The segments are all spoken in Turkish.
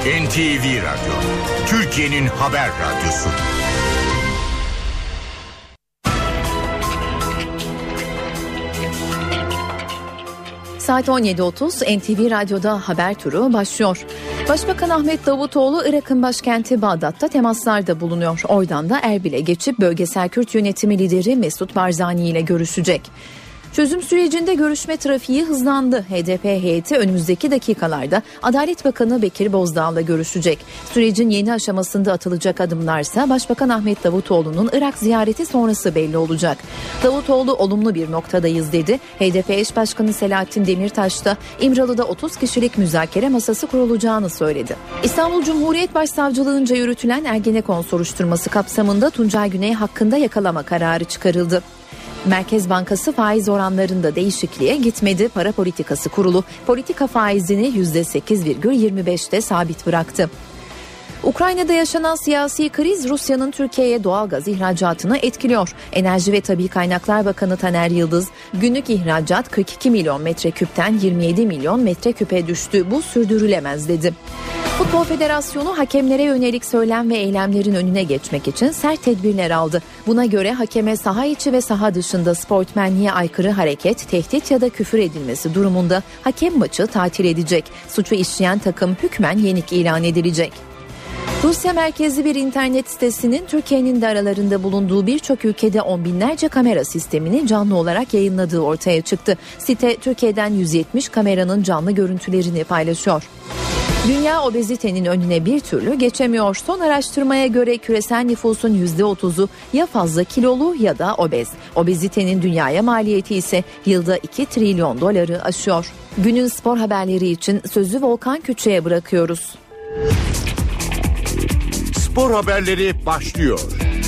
NTV Radyo, Türkiye'nin haber radyosu. Saat 17.30 NTV Radyo'da haber turu başlıyor. Başbakan Ahmet Davutoğlu Irak'ın başkenti Bağdat'ta temaslarda bulunuyor. Oradan da Erbil'e geçip bölgesel Kürt yönetimi lideri Mesut Barzani ile görüşecek. Çözüm sürecinde görüşme trafiği hızlandı. HDP heyeti önümüzdeki dakikalarda Adalet Bakanı Bekir Bozdağ'la görüşecek. Sürecin yeni aşamasında atılacak adımlarsa Başbakan Ahmet Davutoğlu'nun Irak ziyareti sonrası belli olacak. Davutoğlu olumlu bir noktadayız dedi. HDP eş başkanı Selahattin Demirtaş da İmralı'da 30 kişilik müzakere masası kurulacağını söyledi. İstanbul Cumhuriyet Başsavcılığınca yürütülen Ergenekon soruşturması kapsamında Tuncay Güney hakkında yakalama kararı çıkarıldı. Merkez Bankası faiz oranlarında değişikliğe gitmedi. Para Politikası Kurulu politika faizini %8,25'te sabit bıraktı. Ukrayna'da yaşanan siyasi kriz Rusya'nın Türkiye'ye doğalgaz ihracatını etkiliyor. Enerji ve Tabii Kaynaklar Bakanı Taner Yıldız, günlük ihracat 42 milyon metreküpten 27 milyon metreküpe düştü. Bu sürdürülemez dedi. Futbol Federasyonu hakemlere yönelik söylem ve eylemlerin önüne geçmek için sert tedbirler aldı. Buna göre hakeme saha içi ve saha dışında sportmenliğe aykırı hareket, tehdit ya da küfür edilmesi durumunda hakem maçı tatil edecek. Suçu işleyen takım hükmen yenik ilan edilecek. Rusya merkezli bir internet sitesinin Türkiye'nin de aralarında bulunduğu birçok ülkede on binlerce kamera sistemini canlı olarak yayınladığı ortaya çıktı. Site Türkiye'den 170 kameranın canlı görüntülerini paylaşıyor. Dünya obezitenin önüne bir türlü geçemiyor. Son araştırmaya göre küresel nüfusun %30'u ya fazla kilolu ya da obez. Obezitenin dünyaya maliyeti ise yılda 2 trilyon doları aşıyor. Günün spor haberleri için sözü Volkan Küçük'e bırakıyoruz. Spor haberleri başlıyor.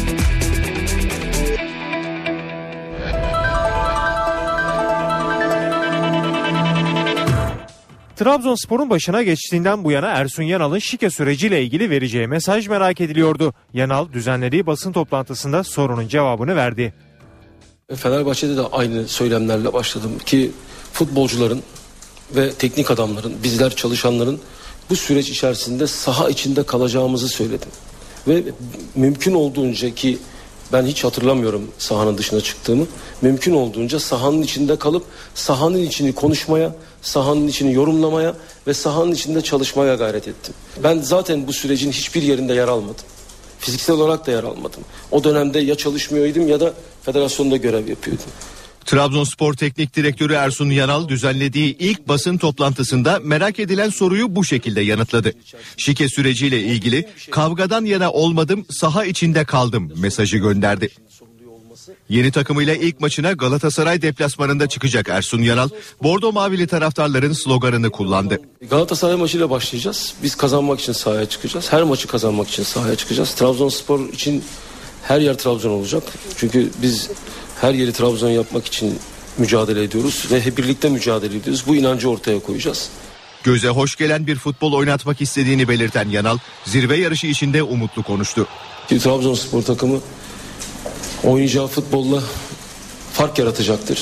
Trabzonspor'un başına geçtiğinden bu yana Ersun Yanal'ın şike süreciyle ilgili vereceği mesaj merak ediliyordu. Yanal düzenlediği basın toplantısında sorunun cevabını verdi. Fenerbahçe'de de aynı söylemlerle başladım ki futbolcuların ve teknik adamların, bizler çalışanların bu süreç içerisinde saha içinde kalacağımızı söyledim. Ve mümkün olduğunca, ki ben hiç hatırlamıyorum sahanın dışına çıktığımı, mümkün olduğunca sahanın içinde kalıp sahanın içini konuşmaya, sahanın içini yorumlamaya ve sahanın içinde çalışmaya gayret ettim. Ben zaten bu sürecin hiçbir yerinde yer almadım. Fiziksel olarak da yer almadım. O dönemde ya çalışmıyordum ya da federasyonda görev yapıyordum. Trabzonspor Teknik Direktörü Ersun Yanal düzenlediği ilk basın toplantısında merak edilen soruyu bu şekilde yanıtladı. Şike süreciyle ilgili kavgadan yana olmadım, saha içinde kaldım mesajı gönderdi. Yeni takımıyla ilk maçına Galatasaray deplasmanında çıkacak Ersun Yanal, Bordo Mavili taraftarların sloganını kullandı. Galatasaray maçıyla başlayacağız. Biz kazanmak için sahaya çıkacağız. Her maçı kazanmak için sahaya çıkacağız. Trabzonspor için her yer Trabzon olacak. Çünkü biz her yeri Trabzon yapmak için mücadele ediyoruz ve hep birlikte mücadele ediyoruz. Bu inancı ortaya koyacağız. Göze hoş gelen bir futbol oynatmak istediğini belirten Yanal, zirve yarışı içinde umutlu konuştu. Trabzonspor takımı oynayacağı futbolla fark yaratacaktır.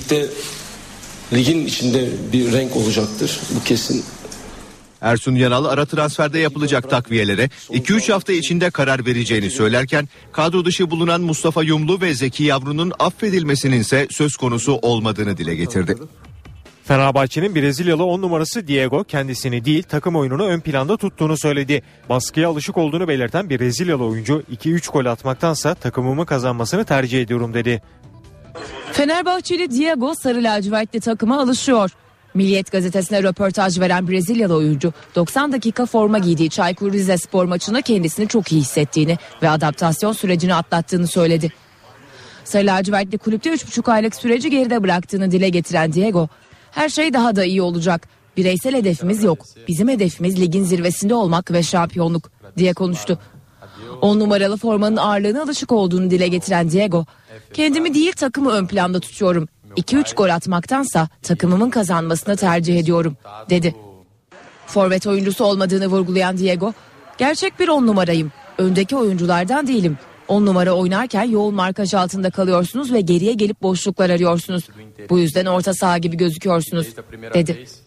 Ligin içinde bir renk olacaktır. Bu kesin. Ersun Yanal ara transferde yapılacak takviyelere 2-3 hafta içinde karar vereceğini söylerken kadro dışı bulunan Mustafa Yumlu ve Zeki Yavru'nun affedilmesinin ise söz konusu olmadığını dile getirdi. Fenerbahçe'nin Brezilyalı 10 numarası Diego kendisini değil takım oyununu ön planda tuttuğunu söyledi. Baskıya alışık olduğunu belirten Brezilyalı oyuncu 2-3 gol atmaktansa takımımı kazanmasını tercih ediyorum dedi. Fenerbahçeli Diego sarı lacivertli takıma alışıyor. Milliyet gazetesine röportaj veren Brezilyalı oyuncu 90 dakika forma giydiği Çaykur Rizespor maçında kendisini çok iyi hissettiğini ve adaptasyon sürecini atlattığını söyledi. Sarı lacivertli kulüpte 3,5 aylık süreci geride bıraktığını dile getiren Diego, "Her şey daha da iyi olacak. Bireysel hedefimiz yok. Bizim hedefimiz ligin zirvesinde olmak ve şampiyonluk," diye konuştu. 10 numaralı formanın ağırlığına alışık olduğunu dile getiren Diego, "Kendimi değil takımı ön planda tutuyorum. 2-3 gol atmaktansa takımımın kazanmasını tercih ediyorum," dedi. Forvet oyuncusu olmadığını vurgulayan Diego, "Gerçek bir 10 numarayım. Öndeki oyunculardan değilim. 10 numara oynarken yoğun markaj altında kalıyorsunuz ve geriye gelip boşluklar arıyorsunuz. Bu yüzden orta saha gibi gözüküyorsunuz," dedi.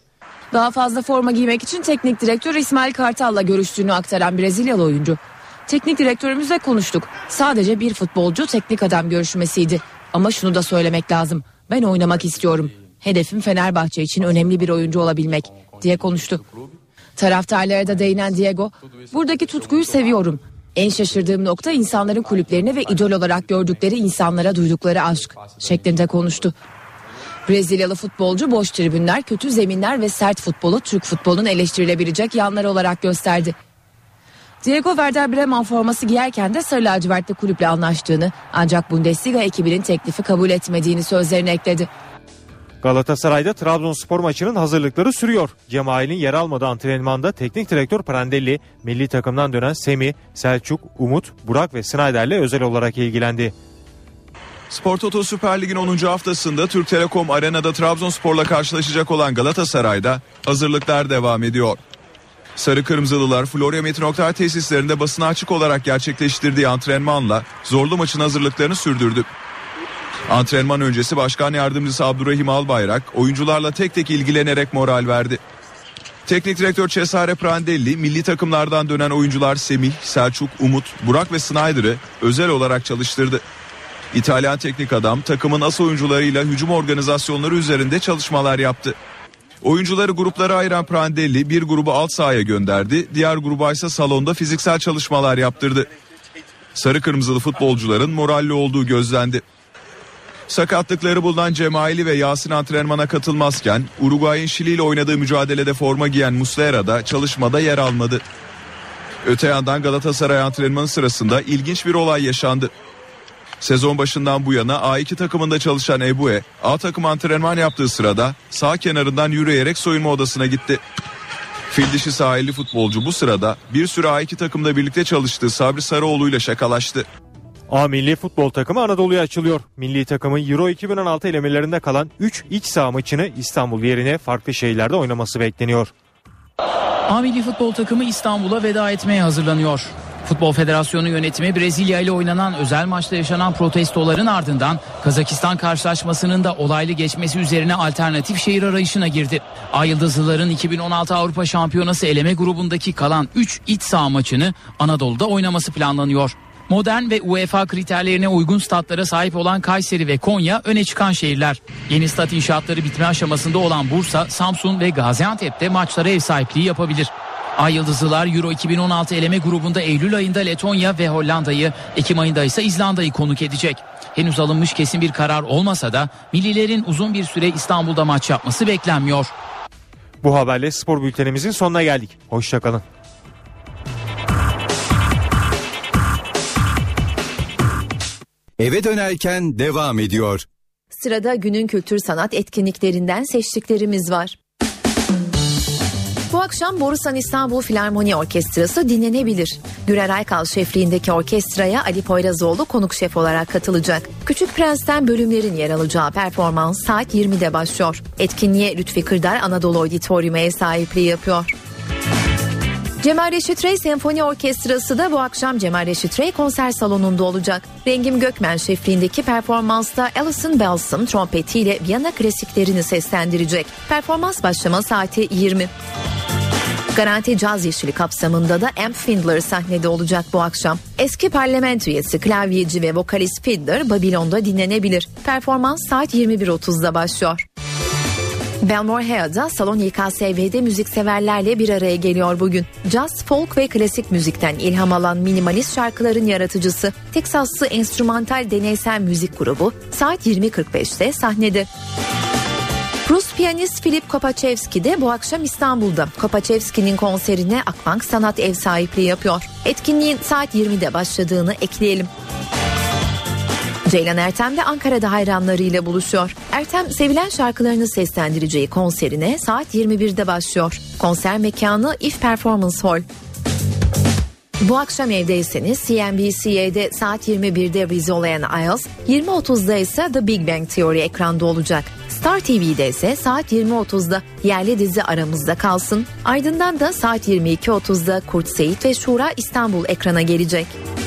Daha fazla forma giymek için teknik direktör İsmail Kartal'la görüştüğünü aktaran Brezilyalı oyuncu, "Teknik direktörümüzle konuştuk. Sadece bir futbolcu teknik adam görüşmesiydi. Ama şunu da söylemek lazım. Ben oynamak istiyorum. Hedefim Fenerbahçe için önemli bir oyuncu olabilmek," diye konuştu. Taraftarlara da değinen Diego, "Buradaki tutkuyu seviyorum. En şaşırdığım nokta insanların kulüplerini ve idol olarak gördükleri insanlara duydukları aşk," şeklinde konuştu. Brezilyalı futbolcu boş tribünler, kötü zeminler ve sert futbolu Türk futbolunun eleştirilebilecek yanları olarak gösterdi. Diego Werder Bremen forması giyerken de sarı lacivertli kulüple anlaştığını, ancak Bundesliga ekibinin teklifi kabul etmediğini sözlerine ekledi. Galatasaray'da Trabzonspor maçının hazırlıkları sürüyor. Cemail'in yer almadığı antrenmanda teknik direktör Prandelli, milli takımdan dönen Semih, Selçuk, Umut, Burak ve Snyder'le özel olarak ilgilendi. Spor Toto Süper Lig'in 10. haftasında Türk Telekom Arena'da Trabzonspor'la karşılaşacak olan Galatasaray'da hazırlıklar devam ediyor. Sarı Kırmızılılar Florya Metin Oktay tesislerinde basına açık olarak gerçekleştirdiği antrenmanla zorlu maçın hazırlıklarını sürdürdü. Antrenman öncesi Başkan Yardımcısı Abdurrahim Albayrak oyuncularla tek tek ilgilenerek moral verdi. Teknik direktör Cesare Prandelli milli takımlardan dönen oyuncular Semih, Selçuk, Umut, Burak ve Snyder'ı özel olarak çalıştırdı. İtalyan teknik adam takımın as oyuncularıyla hücum organizasyonları üzerinde çalışmalar yaptı. Oyuncuları gruplara ayıran Prandelli bir grubu alt sahaya gönderdi, diğer gruba ise salonda fiziksel çalışmalar yaptırdı. Sarı kırmızılı futbolcuların moralli olduğu gözlendi. Sakatlıkları bulunan Cemaili ve Yasin antrenmana katılmazken Uruguay'ın Şili ile oynadığı mücadelede forma giyen Muslera da çalışmada yer almadı. Öte yandan Galatasaray antrenmanı sırasında ilginç bir olay yaşandı. Sezon başından bu yana A2 takımında çalışan Ebue, A takım antrenman yaptığı sırada sağ kenarından yürüyerek soyunma odasına gitti. Fil dişi sahilli futbolcu bu sırada bir süre A2 takımda birlikte çalıştığı Sabri Sarıoğlu ile şakalaştı. A milli futbol takımı Anadolu'ya açılıyor. Milli takımın Euro 2016 elemelerinde kalan 3 iç saha maçını İstanbul yerine farklı şehirlerde oynaması bekleniyor. A milli futbol takımı İstanbul'a veda etmeye hazırlanıyor. Futbol Federasyonu yönetimi Brezilya ile oynanan özel maçta yaşanan protestoların ardından Kazakistan karşılaşmasının da olaylı geçmesi üzerine alternatif şehir arayışına girdi. Ay Yıldızlıların 2016 Avrupa Şampiyonası eleme grubundaki kalan 3 iç saha maçını Anadolu'da oynaması planlanıyor. Modern ve UEFA kriterlerine uygun statlara sahip olan Kayseri ve Konya öne çıkan şehirler. Yeni stat inşaatları bitme aşamasında olan Bursa, Samsun ve Gaziantep'te maçlara ev sahipliği yapabilir. Ay Yıldızlılar Euro 2016 eleme grubunda Eylül ayında Letonya ve Hollanda'yı, Ekim ayında ise İzlanda'yı konuk edecek. Henüz alınmış kesin bir karar olmasa da millilerin uzun bir süre İstanbul'da maç yapması beklenmiyor. Bu haberle spor bültenimizin sonuna geldik. Hoşçakalın. Eve dönerken devam ediyor. Sırada günün kültür sanat etkinliklerinden seçtiklerimiz var. Bu akşam Borusan İstanbul Filarmoni Orkestrası dinlenebilir. Gürer Aykal şefliğindeki orkestraya Ali Poyrazoğlu konuk şef olarak katılacak. Küçük Prens'ten bölümlerin yer alacağı performans saat 20'de başlıyor. Etkinliğe Lütfi Kırdar Anadolu Auditorium'a ev sahipliği yapıyor. Cemal Reşit Rey Senfoni Orkestrası da bu akşam Cemal Reşit Rey konser salonunda olacak. Rengim Gökmen şefliğindeki performansta Alison Belson trompetiyle Viyana klasiklerini seslendirecek. Performans başlama saati 20. Garanti Caz Yeşili kapsamında da Amp Findler sahnede olacak bu akşam. Eski parlament üyesi, klavyeci ve vokalist Findler Babilon'da dinlenebilir. Performans saat 21.30'da başlıyor. Belmore Hea'da Salon YKSV'de müzikseverlerle bir araya geliyor bugün. Jazz, folk ve klasik müzikten ilham alan minimalist şarkıların yaratıcısı Teksaslı enstrümantal deneysel müzik grubu saat 20.45'te sahnede. Rus piyanist Filip Kopachevski de bu akşam İstanbul'da. Kopachevski'nin konserine Akbank Sanat ev sahipliği yapıyor. Etkinliğin saat 20'de başladığını ekleyelim. Ceylan Ertem de Ankara'da hayranlarıyla buluşuyor. Ertem sevilen şarkılarını seslendireceği konserine saat 21'de başlıyor. Konser mekanı If Performance Hall. Bu akşam evdeyseniz CNBC'de saat 21'de Rizolayan Isles, 20.30'da ise The Big Bang Theory ekranda olacak. Star TV'de ise saat 20.30'da yerli dizi Aramızda Kalsın. Ardından da saat 22.30'da Kurt Seyit ve Şura İstanbul ekrana gelecek.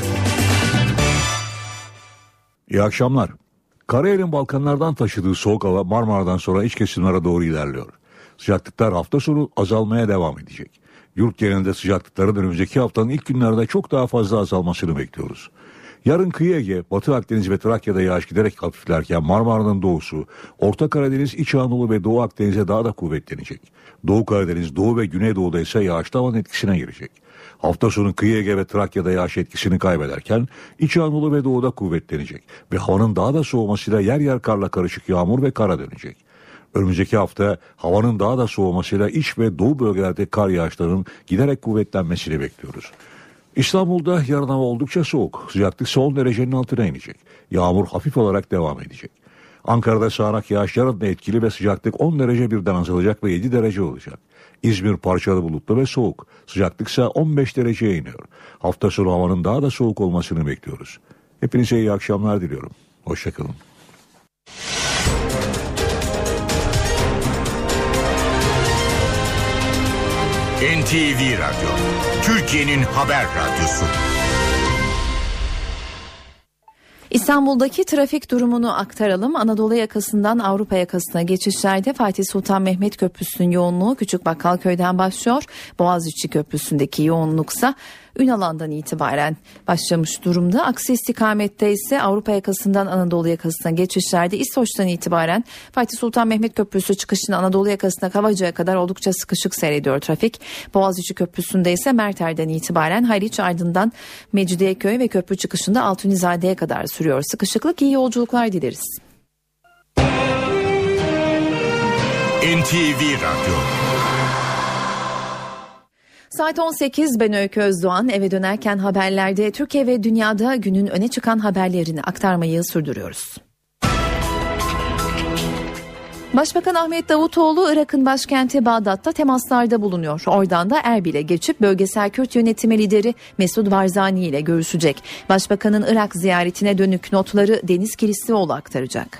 İyi akşamlar. Karayel'in Balkanlardan taşıdığı soğuk hava Marmara'dan sonra iç kesimlere doğru ilerliyor. Sıcaklıklar hafta sonu azalmaya devam edecek. Yurt genelinde sıcaklıkların önümüzdeki haftanın ilk günlerde çok daha fazla azalmasını bekliyoruz. Yarın kıyı Ege, Batı Akdeniz ve Trakya'da yağış giderek hafiflerken Marmara'nın doğusu, Orta Karadeniz, İç Anadolu ve Doğu Akdeniz'e daha da kuvvetlenecek. Doğu Karadeniz, Doğu ve Güneydoğu'da ise yağışlı havanın etkisine girecek. Hafta sonu kıyı Ege ve Trakya'da yağış etkisini kaybederken İç Anadolu ve Doğu'da kuvvetlenecek ve havanın daha da soğumasıyla yer yer karla karışık yağmur ve kara dönecek. Önümüzdeki hafta havanın daha da soğumasıyla iç ve doğu bölgelerde kar yağışlarının giderek kuvvetlenmesini bekliyoruz. İstanbul'da yarın hava oldukça soğuk. Sıcaklık 10 derecenin altına inecek. Yağmur hafif olarak devam edecek. Ankara'da sağanak yağış yarın da etkili ve sıcaklık 10 derece birden azalacak ve 7 derece olacak. İzmir parçalı bulutlu ve soğuk. Sıcaklık ise 15 dereceye iniyor. Hafta sonu havanın daha da soğuk olmasını bekliyoruz. Hepinize iyi akşamlar diliyorum. Hoşçakalın. NTV Radyo, Türkiye'nin haber radyosu. İstanbul'daki trafik durumunu aktaralım. Anadolu yakasından Avrupa yakasına geçişlerde Fatih Sultan Mehmet Köprüsü'nün yoğunluğu Küçükbakkalköy'den başlıyor. Boğaziçi Köprüsü'ndeki yoğunluksa Ünalan'dan itibaren başlamış durumda. Aksi istikamette ise Avrupa yakasından Anadolu yakasına geçişlerde İstoç'tan itibaren Fatih Sultan Mehmet Köprüsü çıkışını Anadolu yakasına Kavacık'a kadar oldukça sıkışık seyrediyor trafik. Boğaziçi Köprüsü'nde ise Merter'den itibaren Haliç, ardından Mecidiyeköy ve köprü çıkışında Altunizade'ye kadar sürüyor sıkışıklık. İyi yolculuklar dileriz. NTV Radyo. Saat 18, ben Öykü Özdoğan. Eve dönerken haberlerde Türkiye ve dünyada günün öne çıkan haberlerini aktarmayı sürdürüyoruz. Başbakan Ahmet Davutoğlu Irak'ın başkenti Bağdat'ta temaslarda bulunuyor. Oradan da Erbil'e geçip bölgesel Kürt yönetimi lideri Mesud Barzani ile görüşecek. Başbakanın Irak ziyaretine dönük notları Deniz Kilislioğlu aktaracak.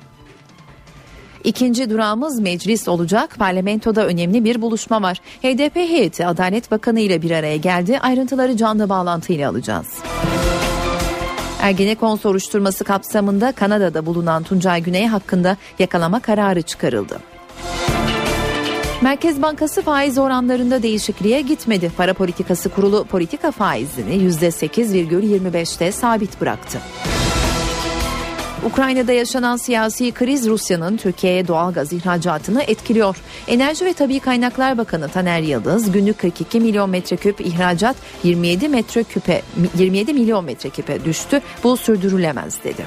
İkinci durağımız meclis olacak. Parlamentoda önemli bir buluşma var. HDP heyeti Adalet Bakanı ile bir araya geldi. Ayrıntıları canlı bağlantıyla alacağız. Ergenekon soruşturması kapsamında Kanada'da bulunan Tuncay Güney hakkında yakalama kararı çıkarıldı. Merkez Bankası faiz oranlarında değişikliğe gitmedi. Para Politikası Kurulu politika faizini %8,25'te sabit bıraktı. Ukrayna'da yaşanan siyasi kriz Rusya'nın Türkiye'ye doğal gaz ihracatını etkiliyor. Enerji ve Tabii Kaynaklar Bakanı Taner Yıldız günlük 42 milyon metreküp ihracat 27 milyon metreküpe düştü. Bu sürdürülemez dedi.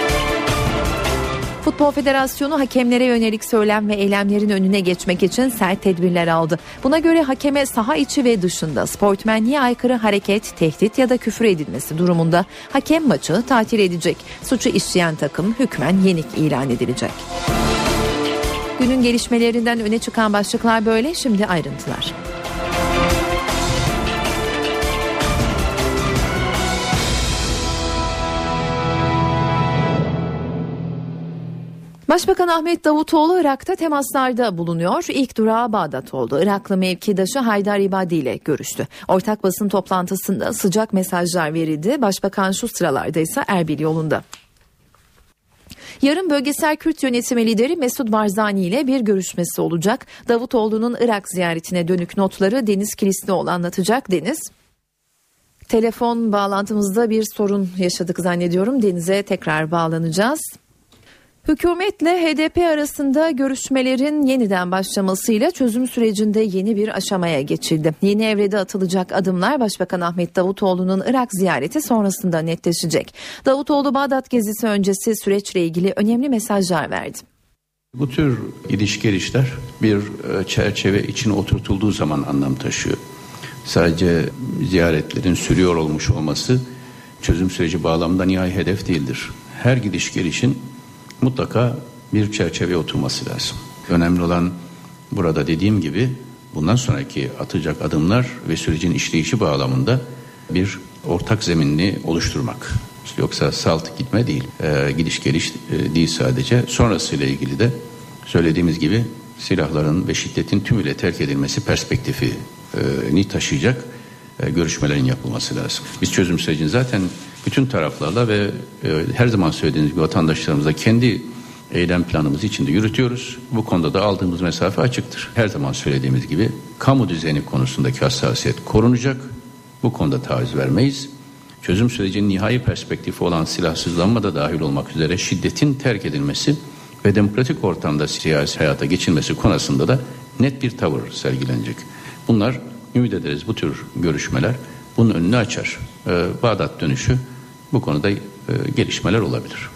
Futbol Federasyonu hakemlere yönelik söylem ve eylemlerin önüne geçmek için sert tedbirler aldı. Buna göre hakeme saha içi ve dışında sportmenliğe aykırı hareket, tehdit ya da küfür edilmesi durumunda hakem maçı tatil edecek. Suçu işleyen takım hükmen yenik ilan edilecek. Günün gelişmelerinden öne çıkan başlıklar böyle, şimdi ayrıntılar. Başbakan Ahmet Davutoğlu Irak'ta temaslarda bulunuyor. İlk durağı Bağdat oldu. Iraklı mevkidaşı Haydar İbadi ile görüştü. Ortak basın toplantısında sıcak mesajlar verildi. Başbakan şu sıralarda ise Erbil yolunda. Yarın bölgesel Kürt yönetimi lideri Mesud Barzani ile bir görüşmesi olacak. Davutoğlu'nun Irak ziyaretine dönük notları Deniz Kilislioğlu anlatacak. Deniz. Telefon bağlantımızda bir sorun yaşadık zannediyorum. Deniz'e tekrar bağlanacağız. Hükümetle HDP arasında görüşmelerin yeniden başlamasıyla çözüm sürecinde yeni bir aşamaya geçildi. Yeni evrede atılacak adımlar Başbakan Ahmet Davutoğlu'nun Irak ziyareti sonrasında netleşecek. Davutoğlu Bağdat gezisi öncesi süreçle ilgili önemli mesajlar verdi. Bu tür gidiş gelişler bir çerçeve içine oturtulduğu zaman anlam taşıyor. Sadece ziyaretlerin sürüyor olmuş olması çözüm süreci bağlamında nihai hedef değildir. Her gidiş gelişin mutlaka bir çerçeveye oturması lazım. Önemli olan burada dediğim gibi bundan sonraki atacak adımlar ve sürecin işleyişi bağlamında bir ortak zeminini oluşturmak. Yoksa salt gitme değil, gidiş geliş değil sadece. Sonrasıyla ilgili de söylediğimiz gibi silahların ve şiddetin tümüyle terk edilmesi perspektifini taşıyacak görüşmelerin yapılması lazım. Biz çözüm sürecini zaten bütün taraflarla ve her zaman söylediğiniz gibi vatandaşlarımızla kendi eylem planımızı içinde yürütüyoruz. Bu konuda da aldığımız mesafe açıktır. Her zaman söylediğimiz gibi kamu düzeni konusundaki hassasiyet korunacak. Bu konuda taviz vermeyiz. Çözüm sürecinin nihai perspektifi olan silahsızlanma da dahil olmak üzere şiddetin terk edilmesi ve demokratik ortamda siyasi hayata geçilmesi konusunda da net bir tavır sergilenecek. Bunlar, ümit ederiz bu tür görüşmeler bunun önünü açar. Bağdat dönüşü bu konuda gelişmeler olabilir.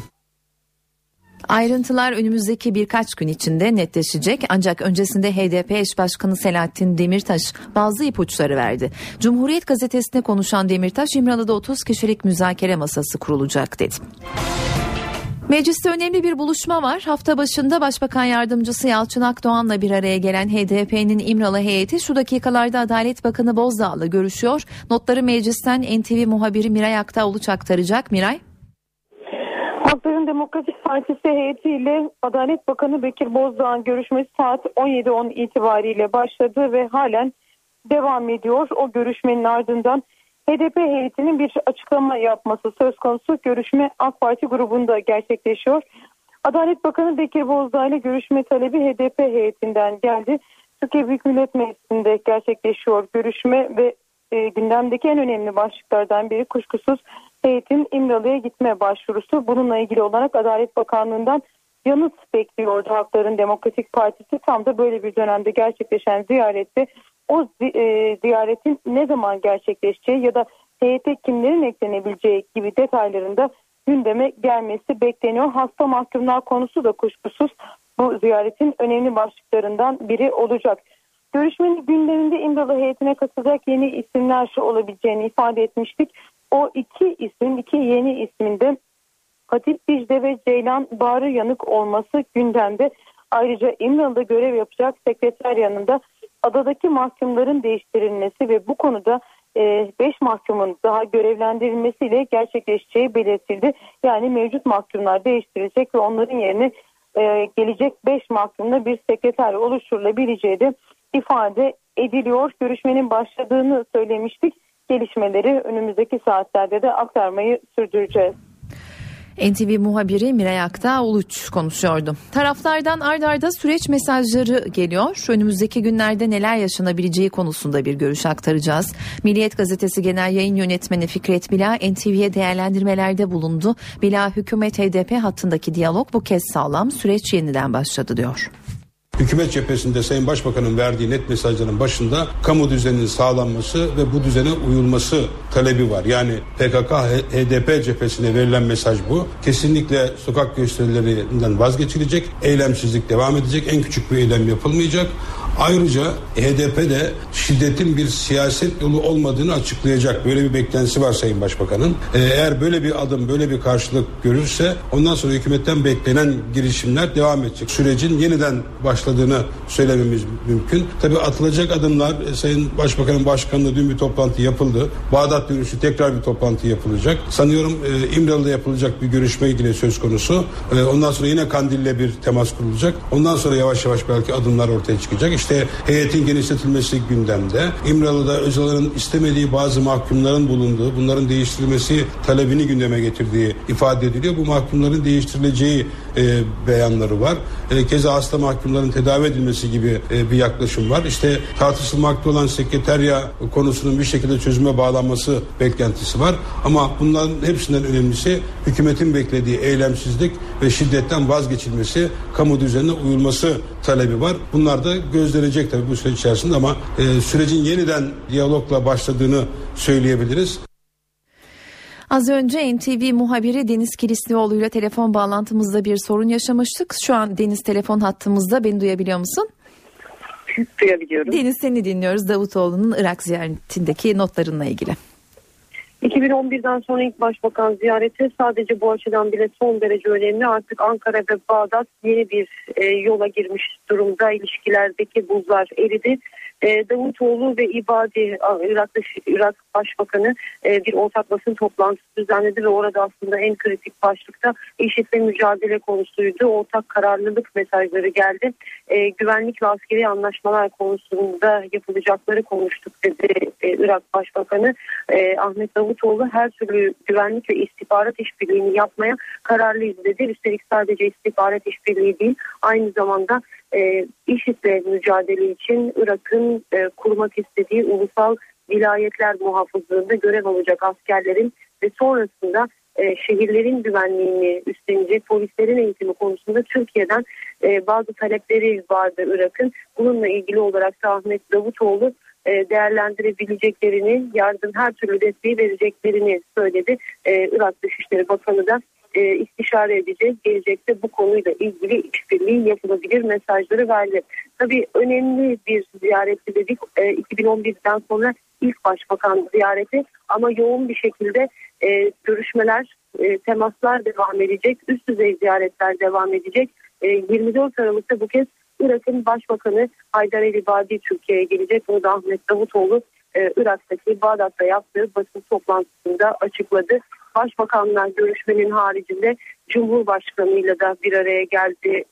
Ayrıntılar önümüzdeki birkaç gün içinde netleşecek, ancak öncesinde HDP eş başkanı Selahattin Demirtaş bazı ipuçları verdi. Cumhuriyet gazetesine konuşan Demirtaş, İmralı'da 30 kişilik müzakere masası kurulacak dedi. Mecliste önemli bir buluşma var. Hafta başında Başbakan Yardımcısı Yalçın Akdoğan'la bir araya gelen HDP'nin İmralı heyeti şu dakikalarda Adalet Bakanı Bozdağ'la görüşüyor. Notları meclisten NTV muhabiri Miray Aktaoğlu aktaracak. Miray. Halkların Demokratik Partisi heyetiyle Adalet Bakanı Bekir Bozdağ'ın görüşmesi saat 17:10 itibariyle başladı ve halen devam ediyor. O görüşmenin ardından HDP heyetinin bir açıklama yapması söz konusu. Görüşme AK Parti grubunda gerçekleşiyor. Adalet Bakanı Bekir Bozdağ ile görüşme talebi HDP heyetinden geldi. Türkiye Büyük Millet Meclisi'nde gerçekleşiyor görüşme ve gündemdeki en önemli başlıklardan biri kuşkusuz heyetin İmralı'ya gitme başvurusu. Bununla ilgili olarak Adalet Bakanlığı'ndan yanıt bekliyordu Halkların Demokratik Partisi. Tam da böyle bir dönemde gerçekleşen ziyarette o ziyaretin ne zaman gerçekleşeceği ya da heyete kimlerin eklenebileceği gibi detaylarında gündeme gelmesi bekleniyor. Hasta mahkumlar konusu da kuşkusuz bu ziyaretin önemli başlıklarından biri olacak. Görüşmenin gündeminde İmralı heyetine katılacak yeni isimler olabileceğini ifade etmiştik. O iki yeni isminde Hatip Dicle ve Ceylan Bağrı yanık olması gündemde. Ayrıca İmralı'da görev yapacak sekreter yanında adadaki mahkumların değiştirilmesi ve bu konuda 5 mahkumun daha görevlendirilmesiyle gerçekleşeceği belirtildi. Yani mevcut mahkumlar değiştirilecek ve onların yerine gelecek 5 mahkumla bir sekreter oluşturulabileceği de ifade ediliyor. Görüşmenin başladığını söylemiştik. Gelişmeleri önümüzdeki saatlerde de aktarmayı sürdüreceğiz. NTV muhabiri Miray Aktaoğlu konuşuyordu. Taraflardan ard arda süreç mesajları geliyor. Önümüzdeki günlerde neler yaşanabileceği konusunda bir görüş aktaracağız. Milliyet Gazetesi Genel Yayın Yönetmeni Fikret Bila NTV'ye değerlendirmelerde bulundu. Bila, hükümet HDP hattındaki diyalog bu kez sağlam, süreç yeniden başladı diyor. Hükümet cephesinde Sayın Başbakan'ın verdiği net mesajların başında kamu düzeninin sağlanması ve bu düzene uyulması talebi var. Yani PKK, HDP cephesine verilen mesaj bu. Kesinlikle sokak gösterilerinden vazgeçilecek, eylemsizlik devam edecek, en küçük bir eylem yapılmayacak. Ayrıca HDP de şiddetin bir siyaset yolu olmadığını açıklayacak. Böyle bir beklentisi var Sayın Başbakan'ın. Eğer böyle bir adım, böyle bir karşılık görürse ondan sonra hükümetten beklenen girişimler devam edecek. Sürecin yeniden başladığını söylememiz mümkün. Tabii atılacak adımlar, Sayın Başbakan'ın başkanlığı dün bir toplantı yapıldı. Bağdat dönüşü tekrar bir toplantı yapılacak. Sanıyorum İmralı'da yapılacak bir görüşme ilgili söz konusu. Ondan sonra yine Kandil'le bir temas kurulacak. Ondan sonra yavaş yavaş belki adımlar ortaya çıkacak. İşte heyetin genişletilmesi gündemde. İmralı'da Öcalan'ın istemediği bazı mahkumların bulunduğu, bunların değiştirilmesi talebini gündeme getirdiği ifade ediliyor. Bu mahkumların değiştirileceği beyanları var. Keza hasta mahkumların tedavi edilmesi gibi bir yaklaşım var. İşte tartışılmakta olan sekreterya konusunun bir şekilde çözüme bağlanması beklentisi var. Ama bunların hepsinden önemlisi hükümetin beklediği eylemsizlik ve şiddetten vazgeçilmesi, kamu düzenine uyulması talebi var. Bunlar da gözlenecek tabii bu süreç içerisinde ama sürecin yeniden diyalogla başladığını söyleyebiliriz. Az önce NTV muhabiri Deniz Kilislioğlu ile telefon bağlantımızda bir sorun yaşamıştık. Şu an Deniz telefon hattımızda. Beni duyabiliyor musun? Duyabiliyorum. Deniz, seni dinliyoruz. Davutoğlu'nun Irak ziyaretindeki notlarınla ilgili. 2011'den sonra ilk başbakan ziyareti sadece bu açıdan bile son derece önemli. Artık Ankara ve Bağdat yeni bir yola girmiş durumda. İlişkilerdeki buzlar eridi. Davutoğlu ve İbadi, Irak Başbakanı bir ortak basın toplantısı düzenledi ve orada aslında en kritik başlıkta IŞİD'le mücadele konusuydu. Ortak kararlılık mesajları geldi. Güvenlik ve askeri anlaşmalar konusunda yapılacakları konuştuk dedi Irak Başbakanı. Ahmet Davutoğlu her türlü güvenlik ve istihbarat işbirliğini yapmaya kararlıyız dedi. Üstelik sadece istihbarat işbirliği değil, aynı zamanda IŞİD'le mücadele için Irak'ın kurmak istediği ulusal vilayetler muhafızlığında görev alacak askerlerin ve sonrasında şehirlerin güvenliğini üstlenecek polislerin eğitimi konusunda Türkiye'den bazı talepleri vardı Irak'ın. Bununla ilgili olarak da Ahmet Davutoğlu değerlendirebileceklerini, yardım her türlü desteği vereceklerini söyledi. Irak Dışişleri Bakanı da istişare edecek, gelecekte bu konuyla ilgili işbirliği yapılabilir mesajları verdi. Tabii önemli bir ziyaretti dedik. 2011'den sonra ilk başbakan ziyareti ama yoğun bir şekilde görüşmeler, temaslar devam edecek, üst düzey ziyaretler devam edecek. 24 Aralık'ta bu kez Irak'ın Başbakanı Haydar el-İbadi Türkiye'ye gelecek. Bunu da Ahmet Davutoğlu Irak'taki Bağdat'ta yaptığı basın toplantısında açıkladı. Başbakanlar görüşmenin haricinde Cumhurbaşkanı'yla da bir araya geldi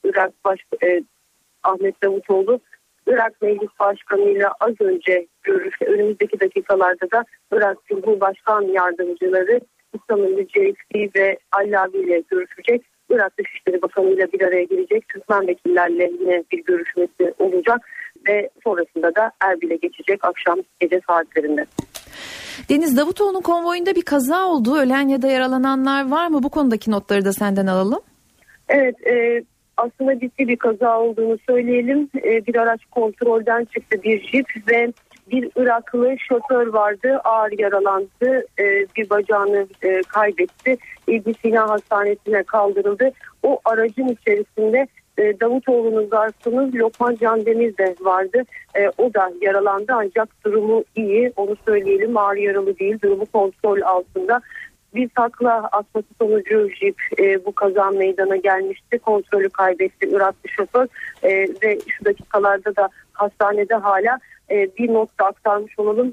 Ahmet Davutoğlu. Irak Meclis Başkanı'yla az önce önümüzdeki dakikalarda da Irak Cumhurbaşkan Yardımcıları İslam'ın Mücehitli ve Allavi ile görüşecek. Irak Dışişleri Bakanı ile bir araya gelecek. Türkmen vekillerle yine bir görüşmesi olacak ve sonrasında da Erbil'e geçecek akşam gece saatlerinde. Deniz, Davutoğlu'nun konvoyunda bir kaza oldu. Ölen ya da yaralananlar var mı? Bu konudaki notları da senden alalım. Evet, aslında ciddi bir kaza olduğunu söyleyelim. Bir araç kontrolden çıktı, bir jip ve bir Iraklı şoför vardı, ağır yaralandı, bir bacağını kaybetti. İbn Sina Hastanesi'ne kaldırıldı. O aracın içerisinde Davutoğlu'nun garsonu Lokman Candemir de vardı. O da yaralandı ancak durumu iyi, onu söyleyelim, ağır yaralı değil, durumu kontrol altında. Bir takla atması sonucu jip bu kaza meydana gelmişti. Kontrolü kaybetti Iraklı şoför ve şu dakikalarda da hastanede hala. Bir not da aktarmış olalım.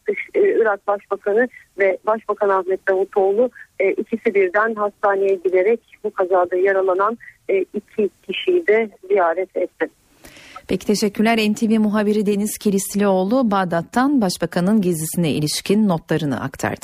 Irak Başbakanı ve Başbakan Ahmet Davutoğlu ikisi birden hastaneye giderek bu kazada yaralanan 2 kişiyi de ziyaret etti. Peki, teşekkürler. NTV muhabiri Deniz Kilislioğlu Bağdat'tan Başbakanın gezisine ilişkin notlarını aktardı.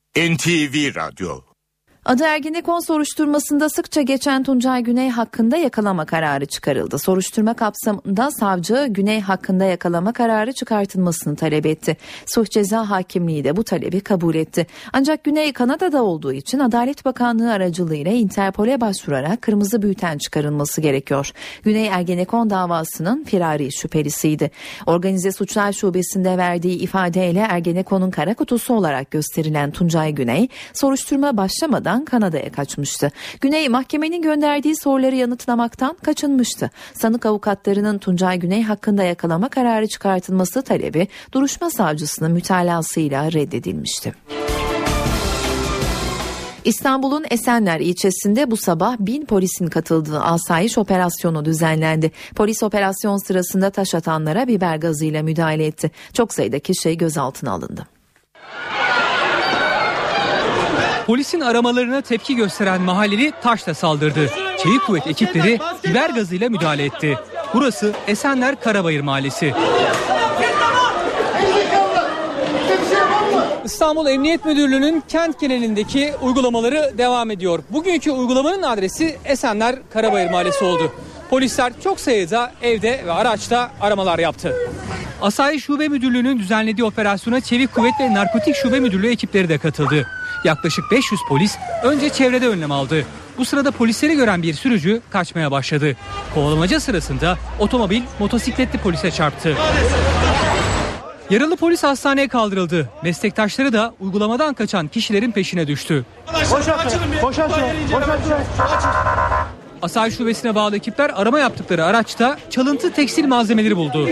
NTV Radyo. Adı Ergenekon soruşturmasında sıkça geçen Tuncay Güney hakkında yakalama kararı çıkarıldı. Soruşturma kapsamında savcı Güney hakkında yakalama kararı çıkartılmasını talep etti. Suç Ceza Hakimliği de bu talebi kabul etti. Ancak Güney Kanada'da olduğu için Adalet Bakanlığı aracılığıyla Interpol'e başvurarak kırmızı bülten çıkarılması gerekiyor. Güney Ergenekon davasının firari şüphelisiydi. Organize Suçlar Şubesi'nde verdiği ifadeyle Ergenekon'un kara kutusu olarak gösterilen Tuncay Güney soruşturma başlamadan Kanada'ya kaçmıştı. Güney mahkemenin gönderdiği soruları yanıtlamaktan kaçınmıştı. Sanık avukatlarının Tuncay Güney hakkında yakalama kararı çıkartılması talebi duruşma savcısının mütalasıyla reddedilmişti. İstanbul'un Esenler ilçesinde bu sabah 1000 polisin katıldığı asayiş operasyonu düzenlendi. Polis operasyon sırasında taş atanlara biber gazıyla müdahale etti. Çok sayıda kişi gözaltına alındı. Polisin aramalarına tepki gösteren mahalleli taşla saldırdı. Çevik kuvvet ekipleri biber gazıyla müdahale etti. Burası Esenler Karabayır Mahallesi. İstanbul Emniyet Müdürlüğü'nün kent genelindeki uygulamaları devam ediyor. Bugünkü uygulamanın adresi Esenler Karabayır Mahallesi oldu. Polisler çok sayıda evde ve araçta aramalar yaptı. Asayiş Şube Müdürlüğü'nün düzenlediği operasyona Çevik Kuvvet ve Narkotik Şube Müdürlüğü ekipleri de katıldı. Yaklaşık 500 polis önce çevrede önlem aldı. Bu sırada polisleri gören bir sürücü kaçmaya başladı. Kovalamaca sırasında otomobil motosikletli polise çarptı. Yaralı polis hastaneye kaldırıldı. Meslektaşları da uygulamadan kaçan kişilerin peşine düştü. Asayiş Şubesi'ne bağlı ekipler arama yaptıkları araçta çalıntı tekstil malzemeleri buldu.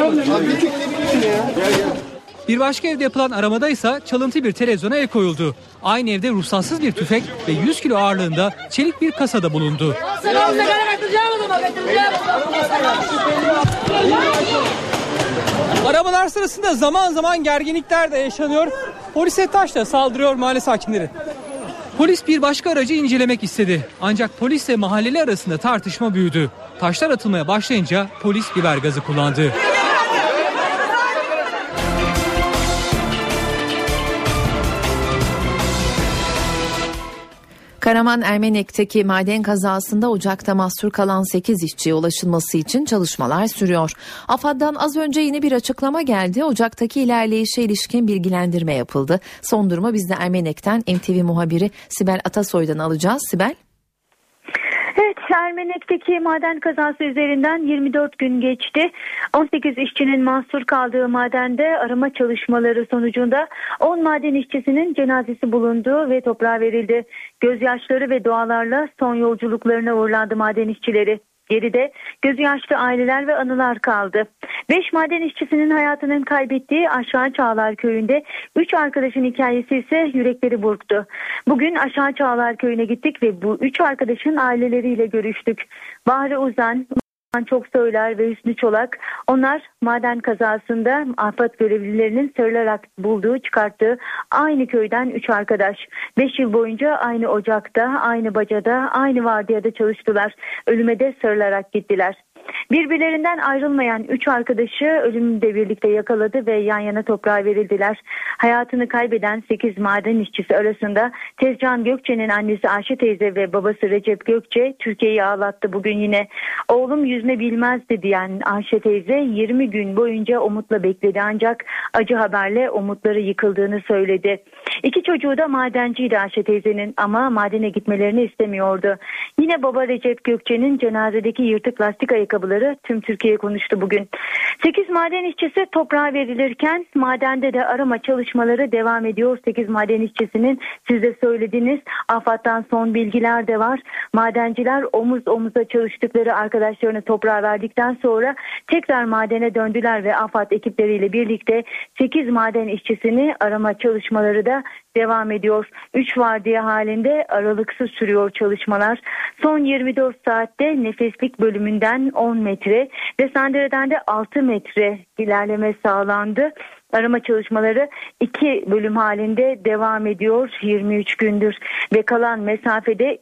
Bir başka evde yapılan aramada ise çalıntı bir televizyona el koyuldu. Aynı evde ruhsatsız bir tüfek ve 100 kilo ağırlığında çelik bir kasada bulundu. Aramalar sırasında zaman zaman gerginlikler de yaşanıyor. Polise taşla saldırıyor mahalle sakinleri. Polis bir başka aracı incelemek istedi. Ancak polisle mahalleli arasında tartışma büyüdü. Taşlar atılmaya başlayınca polis biber gazı kullandı. Karaman Ermenek'teki maden kazasında ocakta mahsur kalan 8 işçiye ulaşılması için çalışmalar sürüyor. AFAD'dan az önce yeni bir açıklama geldi. Ocaktaki ilerleyişe ilişkin bilgilendirme yapıldı. Son durumu biz de Ermenek'ten NTV muhabiri Sibel Atasoy'dan alacağız. Sibel. Evet, Ermenek'teki maden kazası üzerinden 24 gün geçti. 18 işçinin mahsur kaldığı madende arama çalışmaları sonucunda 10 maden işçisinin cenazesi bulundu ve toprağa verildi. Gözyaşları ve dualarla son yolculuklarına uğurlandı maden işçileri. Geride gözyaşlı aileler ve anılar kaldı. 5 maden işçisinin hayatını kaybettiği Aşağı Çağlar Köyü'nde 3 arkadaşın hikayesi ise yürekleri burktu. Bugün Aşağı Çağlar Köyü'ne gittik ve bu 3 arkadaşın aileleriyle görüştük. Bahri Uzan, Çok Söyler ve Hüsnü Çolak, onlar maden kazasında AFAD görevlilerinin sarılarak çıkarttığı aynı köyden 3 arkadaş. 5 yıl boyunca aynı ocakta, aynı bacada, aynı vardiyada çalıştılar. Ölüme de sarılarak gittiler. Birbirlerinden ayrılmayan 3 arkadaşı ölümle birlikte yakaladı ve yan yana toprağa verildiler. Hayatını kaybeden 8 maden işçisi arasında Tezcan Gökçe'nin annesi Ayşe teyze ve babası Recep Gökçe Türkiye'yi ağlattı bugün yine. Oğlum yüzme bilmezdi diyen Ayşe teyze 20 gün boyunca umutla bekledi ancak acı haberle umutları yıkıldığını söyledi. 2 çocuğu da madenciydi Ayşe teyzenin ama madene gitmelerini istemiyordu. Yine baba Recep Gökçe'nin cenazedeki yırtık lastik ayakkabıları tüm Türkiye konuştu bugün. 8 maden işçisi toprağa verilirken madende de arama çalışmaları devam ediyor. 8 maden işçisinin siz de söylediğiniz AFAD'dan son bilgiler de var. Madenciler omuz omuza çalıştıkları arkadaşlarını toprağa verdikten sonra tekrar madene döndüler ve AFAD ekipleriyle birlikte 8 maden işçisini arama çalışmaları da devam ediyor. 3 vardiya halinde aralıksız sürüyor çalışmalar. Son 24 saatte nefeslik bölümünden 10 metre ve Sendere'den de 6 metre ilerleme sağlandı. Arama çalışmaları 2 bölüm halinde devam ediyor 23 gündür ve kalan mesafede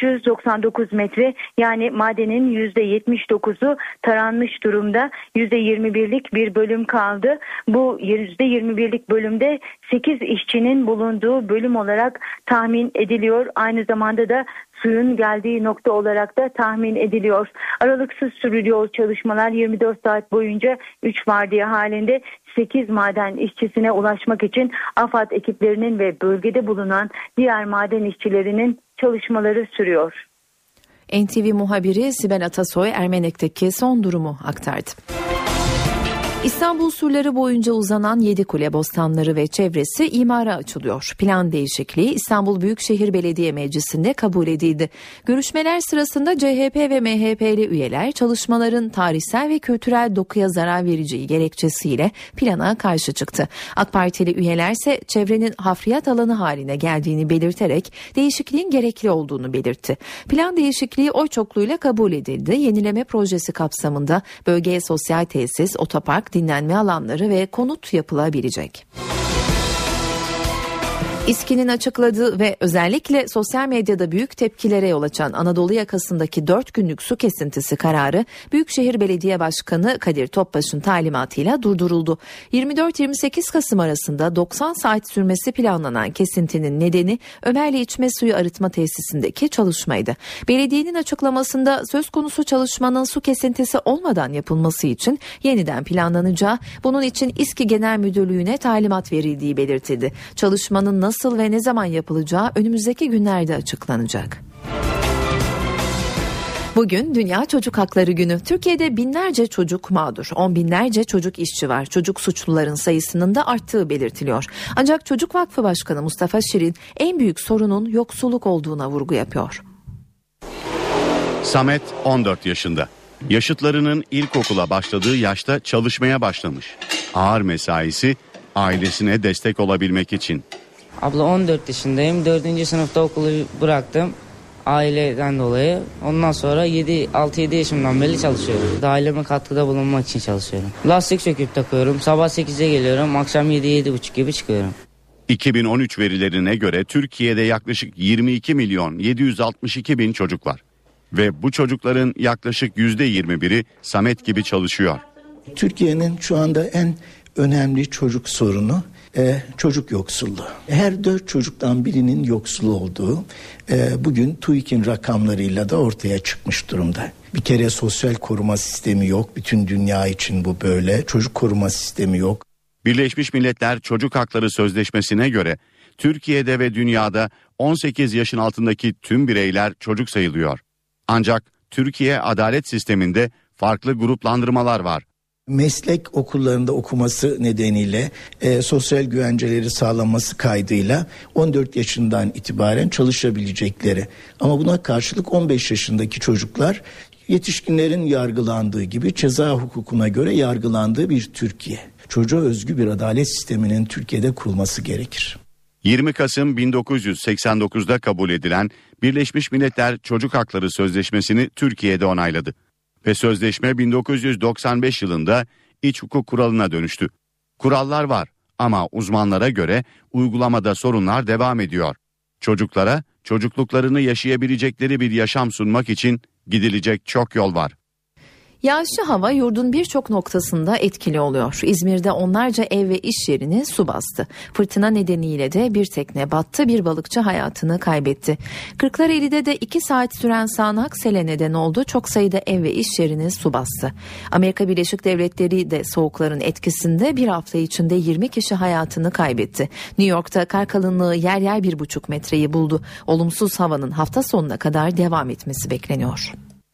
399 metre yani madenin %79'u taranmış durumda. %21'lik bir bölüm kaldı. Bu %21'lik bölümde 8 işçinin bulunduğu bölüm olarak tahmin ediliyor. Aynı zamanda da suyun geldiği nokta olarak da tahmin ediliyor. Aralıksız sürülüyor çalışmalar 24 saat boyunca 3 vardiya halinde 8 maden işçisine ulaşmak için AFAD ekiplerinin ve bölgede bulunan diğer maden işçilerinin çalışmaları sürüyor. NTV muhabiri Sibel Atasoy Ermenek'teki son durumu aktardı. İstanbul surları boyunca uzanan Yedikule Bostanları ve çevresi imara açılıyor. Plan değişikliği İstanbul Büyükşehir Belediye Meclisi'nde kabul edildi. Görüşmeler sırasında CHP ve MHP'li üyeler çalışmaların tarihsel ve kültürel dokuya zarar vereceği gerekçesiyle plana karşı çıktı. AK Partili üyeler ise çevrenin hafriyat alanı haline geldiğini belirterek değişikliğin gerekli olduğunu belirtti. Plan değişikliği oy çokluğuyla kabul edildi. Yenileme projesi kapsamında bölgeye sosyal tesis, otopark, dinlenme alanları ve konut yapılabilecek. İSKİ'nin açıkladığı ve özellikle sosyal medyada büyük tepkilere yol açan Anadolu yakasındaki 4 günlük su kesintisi kararı Büyükşehir Belediye Başkanı Kadir Topbaş'ın talimatıyla durduruldu. 24-28 Kasım arasında 90 saat sürmesi planlanan kesintinin nedeni Ömerli İçme Suyu Arıtma Tesisindeki çalışmaydı. Belediyenin açıklamasında söz konusu çalışmanın su kesintisi olmadan yapılması için yeniden planlanacağı, bunun için İSKİ Genel Müdürlüğü'ne talimat verildiği belirtildi. Çalışmanın nasıl ve ne zaman yapılacağı önümüzdeki günlerde açıklanacak. Bugün Dünya Çocuk Hakları Günü. Türkiye'de binlerce çocuk mağdur, on binlerce çocuk işçi var. Çocuk suçluların sayısının da arttığı belirtiliyor. Ancak Çocuk Vakfı Başkanı Mustafa Şirin en büyük sorunun yoksulluk olduğuna vurgu yapıyor. Samet 14 yaşında. Yaşıtlarının ilkokula başladığı yaşta çalışmaya başlamış. Ağır mesaisi ailesine destek olabilmek için. Abla 14 yaşındayım. 4. sınıfta okulu bıraktım. aileden dolayı. Ondan sonra 6-7 yaşımdan beri çalışıyorum. Aileme katkıda bulunmak için çalışıyorum. Lastik söküp takıyorum. Sabah 8'e geliyorum. Akşam 7-7.30 gibi çıkıyorum. 2013 verilerine göre Türkiye'de yaklaşık 22 milyon 762 bin çocuk var. Ve bu çocukların yaklaşık %21'i Samet gibi çalışıyor. Türkiye'nin şu anda en önemli çocuk sorunu çocuk yoksulluğu. Her 4 çocuktan birinin yoksul olduğu bugün TÜİK'in rakamlarıyla da ortaya çıkmış durumda. Bir kere sosyal koruma sistemi yok. Bütün dünya için bu böyle. Çocuk koruma sistemi yok. Birleşmiş Milletler Çocuk Hakları Sözleşmesi'ne göre Türkiye'de ve dünyada 18 yaşın altındaki tüm bireyler çocuk sayılıyor. Ancak Türkiye adalet sisteminde farklı gruplandırmalar var. Meslek okullarında okuması nedeniyle sosyal güvenceleri sağlanması kaydıyla 14 yaşından itibaren çalışabilecekleri. Ama buna karşılık 15 yaşındaki çocuklar yetişkinlerin yargılandığı gibi ceza hukukuna göre yargılandığı bir Türkiye. Çocuğa özgü bir adalet sisteminin Türkiye'de kurulması gerekir. 20 Kasım 1989'da kabul edilen Birleşmiş Milletler Çocuk Hakları Sözleşmesi'ni Türkiye'de onayladı. Ve sözleşme 1995 yılında iç hukuk kuralına dönüştü. Kurallar var ama uzmanlara göre uygulamada sorunlar devam ediyor. Çocuklara çocukluklarını yaşayabilecekleri bir yaşam sunmak için gidilecek çok yol var. Yağışlı hava yurdun birçok noktasında etkili oluyor. İzmir'de onlarca ev ve iş yerini su bastı. Fırtına nedeniyle de bir tekne battı, bir balıkçı hayatını kaybetti. Kırklareli'de de 2 saat süren sağanak sele neden oldu. Çok sayıda ev ve iş yerini su bastı. Amerika Birleşik Devletleri de soğukların etkisinde bir hafta içinde 20 kişi hayatını kaybetti. New York'ta kar kalınlığı yer yer 1,5 metreyi buldu. Olumsuz havanın hafta sonuna kadar devam etmesi bekleniyor.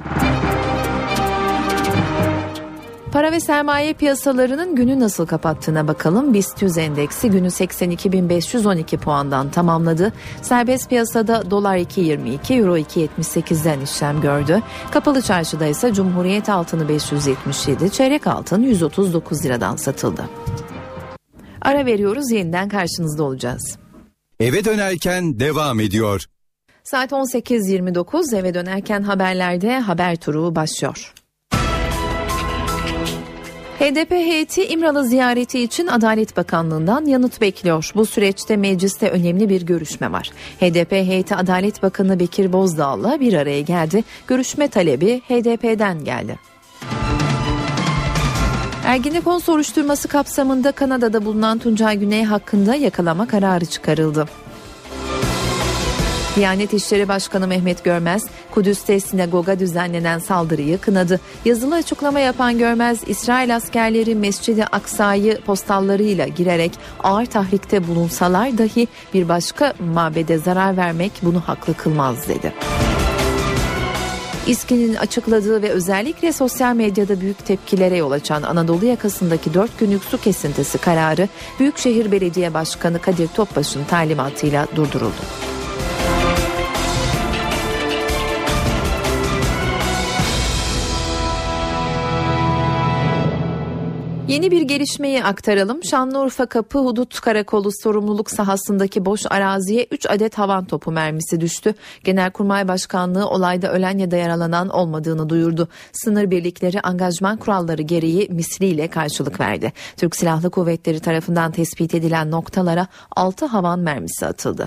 Para ve sermaye piyasalarının günü nasıl kapattığına bakalım. BIST 100 endeksi günü 82.512 puandan tamamladı. Serbest piyasada dolar 2.22, euro 2.78'den işlem gördü. Kapalı çarşıda ise Cumhuriyet altını 577, çeyrek altın 139 liradan satıldı. Ara veriyoruz, yeniden karşınızda olacağız. Eve dönerken devam ediyor. Saat 18.29, eve dönerken haberlerde haber turu başlıyor. HDP heyeti İmralı ziyareti için Adalet Bakanlığı'ndan yanıt bekliyor. Bu süreçte mecliste önemli bir görüşme var. HDP heyeti Adalet Bakanı Bekir Bozdağ'la bir araya geldi. Görüşme talebi HDP'den geldi. Ergenekon soruşturması kapsamında Kanada'da bulunan Tuncay Güney hakkında yakalama kararı çıkarıldı. Diyanet İşleri Başkanı Mehmet Görmez, Kudüs'te sinagoga düzenlenen saldırıyı kınadı. Yazılı açıklama yapan Görmez, İsrail askerleri Mescid-i Aksa'yı postallarıyla girerek ağır tahrikte bulunsalar dahi bir başka mabede zarar vermek bunu haklı kılmaz dedi. İSKİ'nin açıkladığı ve özellikle sosyal medyada büyük tepkilere yol açan Anadolu yakasındaki 4 günlük su kesintisi kararı Büyükşehir Belediye Başkanı Kadir Topbaş'ın talimatıyla durduruldu. Yeni bir gelişmeyi aktaralım. Şanlıurfa Kapı Hudut Karakolu sorumluluk sahasındaki boş araziye 3 adet havan topu mermisi düştü. Genelkurmay Başkanlığı olayda ölen ya da yaralanan olmadığını duyurdu. Sınır birlikleri angajman kuralları gereği misliyle karşılık verdi. Türk Silahlı Kuvvetleri tarafından tespit edilen noktalara 6 havan mermisi atıldı.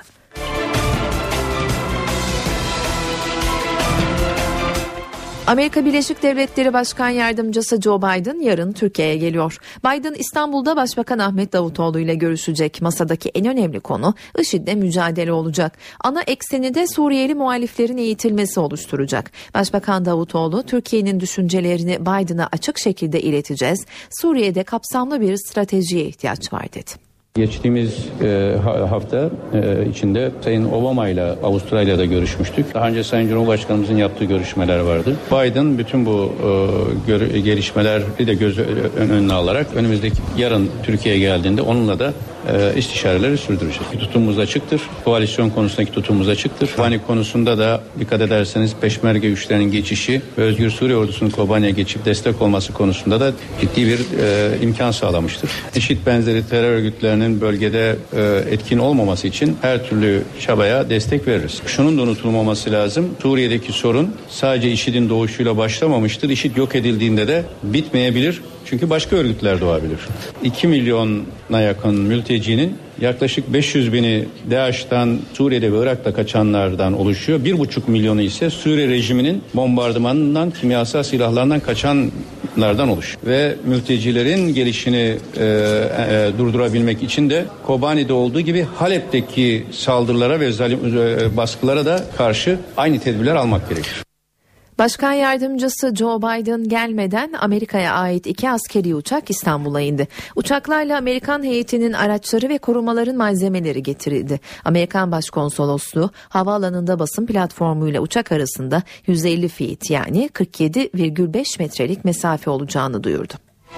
Amerika Birleşik Devletleri Başkan Yardımcısı Joe Biden yarın Türkiye'ye geliyor. Biden İstanbul'da Başbakan Ahmet Davutoğlu ile görüşecek. Masadaki en önemli konu IŞİD'le mücadele olacak. Ana ekseni de Suriyeli muhaliflerin eğitilmesi oluşturacak. Başbakan Davutoğlu, Türkiye'nin düşüncelerini Biden'a açık şekilde ileteceğiz. Suriye'de kapsamlı bir stratejiye ihtiyaç var dedi. Geçtiğimiz hafta içinde Sayın Obama ile Avustralya'da görüşmüştük. Daha önce Sayın Cumhurbaşkanımızın yaptığı görüşmeler vardı. Biden bütün bu gelişmeleri de göz önüne alarak önümüzdeki yarın Türkiye'ye geldiğinde onunla da istişareleri sürdüreceğiz. Tutumumuz açıktır. Koalisyon konusundaki tutumumuz açıktır. Kobani konusunda da dikkat ederseniz Peşmerge güçlerinin geçişi ve Özgür Suriye ordusunun Kobani'ye geçip destek olması konusunda da ciddi bir imkan sağlamıştır. IŞİD benzeri terör örgütlerinin bölgede etkin olmaması için her türlü çabaya destek veririz. Şunun da unutulmaması lazım. Suriye'deki sorun sadece IŞİD'in doğuşuyla başlamamıştır. IŞİD yok edildiğinde de bitmeyebilir. Çünkü başka örgütler doğabilir. 2 milyona yakın mültecinin yaklaşık 500 bini DAEŞ'ten Suriye'de ve Irak'ta kaçanlardan oluşuyor. 1,5 milyonu ise Suriye rejiminin bombardımanından, kimyasal silahlarından kaçanlardan oluşuyor. Ve mültecilerin gelişini durdurabilmek için de Kobani'de olduğu gibi Halep'teki saldırılara ve baskılara da karşı aynı tedbirler almak gerekir. Başkan yardımcısı Joe Biden gelmeden Amerika'ya ait 2 askeri uçak İstanbul'a indi. Uçaklarla Amerikan heyetinin araçları ve korumaların malzemeleri getirildi. Amerikan Başkonsolosluğu havaalanında basın platformuyla uçak arasında 150 feet yani 47,5 metrelik mesafe olacağını duyurdu.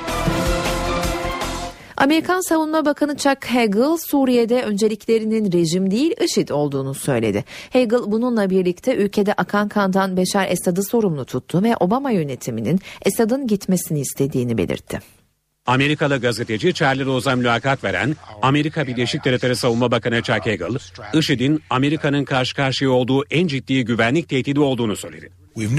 Amerikan Savunma Bakanı Chuck Hagel, Suriye'de önceliklerinin rejim değil IŞİD olduğunu söyledi. Hagel bununla birlikte ülkede akan kandan Beşar Esad'ı sorumlu tuttu ve Obama yönetiminin Esad'ın gitmesini istediğini belirtti. Amerikalı gazeteci Charlie Rose'a mülakat veren Amerika Birleşik Devletleri Savunma Bakanı Chuck Hagel, IŞİD'in Amerika'nın karşı karşıya olduğu en ciddi güvenlik tehdidi olduğunu söyledi.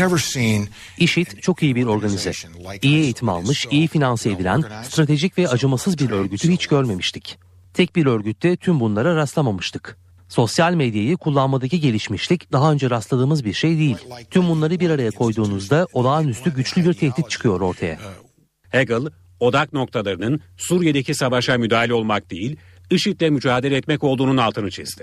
IŞİD çok iyi bir organize, iyi eğitim almış, iyi finanse edilen, stratejik ve acımasız bir örgütü hiç görmemiştik. Tek bir örgütte tüm bunlara rastlamamıştık. Sosyal medyayı kullanmadaki gelişmişlik daha önce rastladığımız bir şey değil. Tüm bunları bir araya koyduğunuzda olağanüstü güçlü bir tehdit çıkıyor ortaya. Hagel, odak noktalarının Suriye'deki savaşa müdahale olmak değil, IŞİD'le mücadele etmek olduğunun altını çizdi.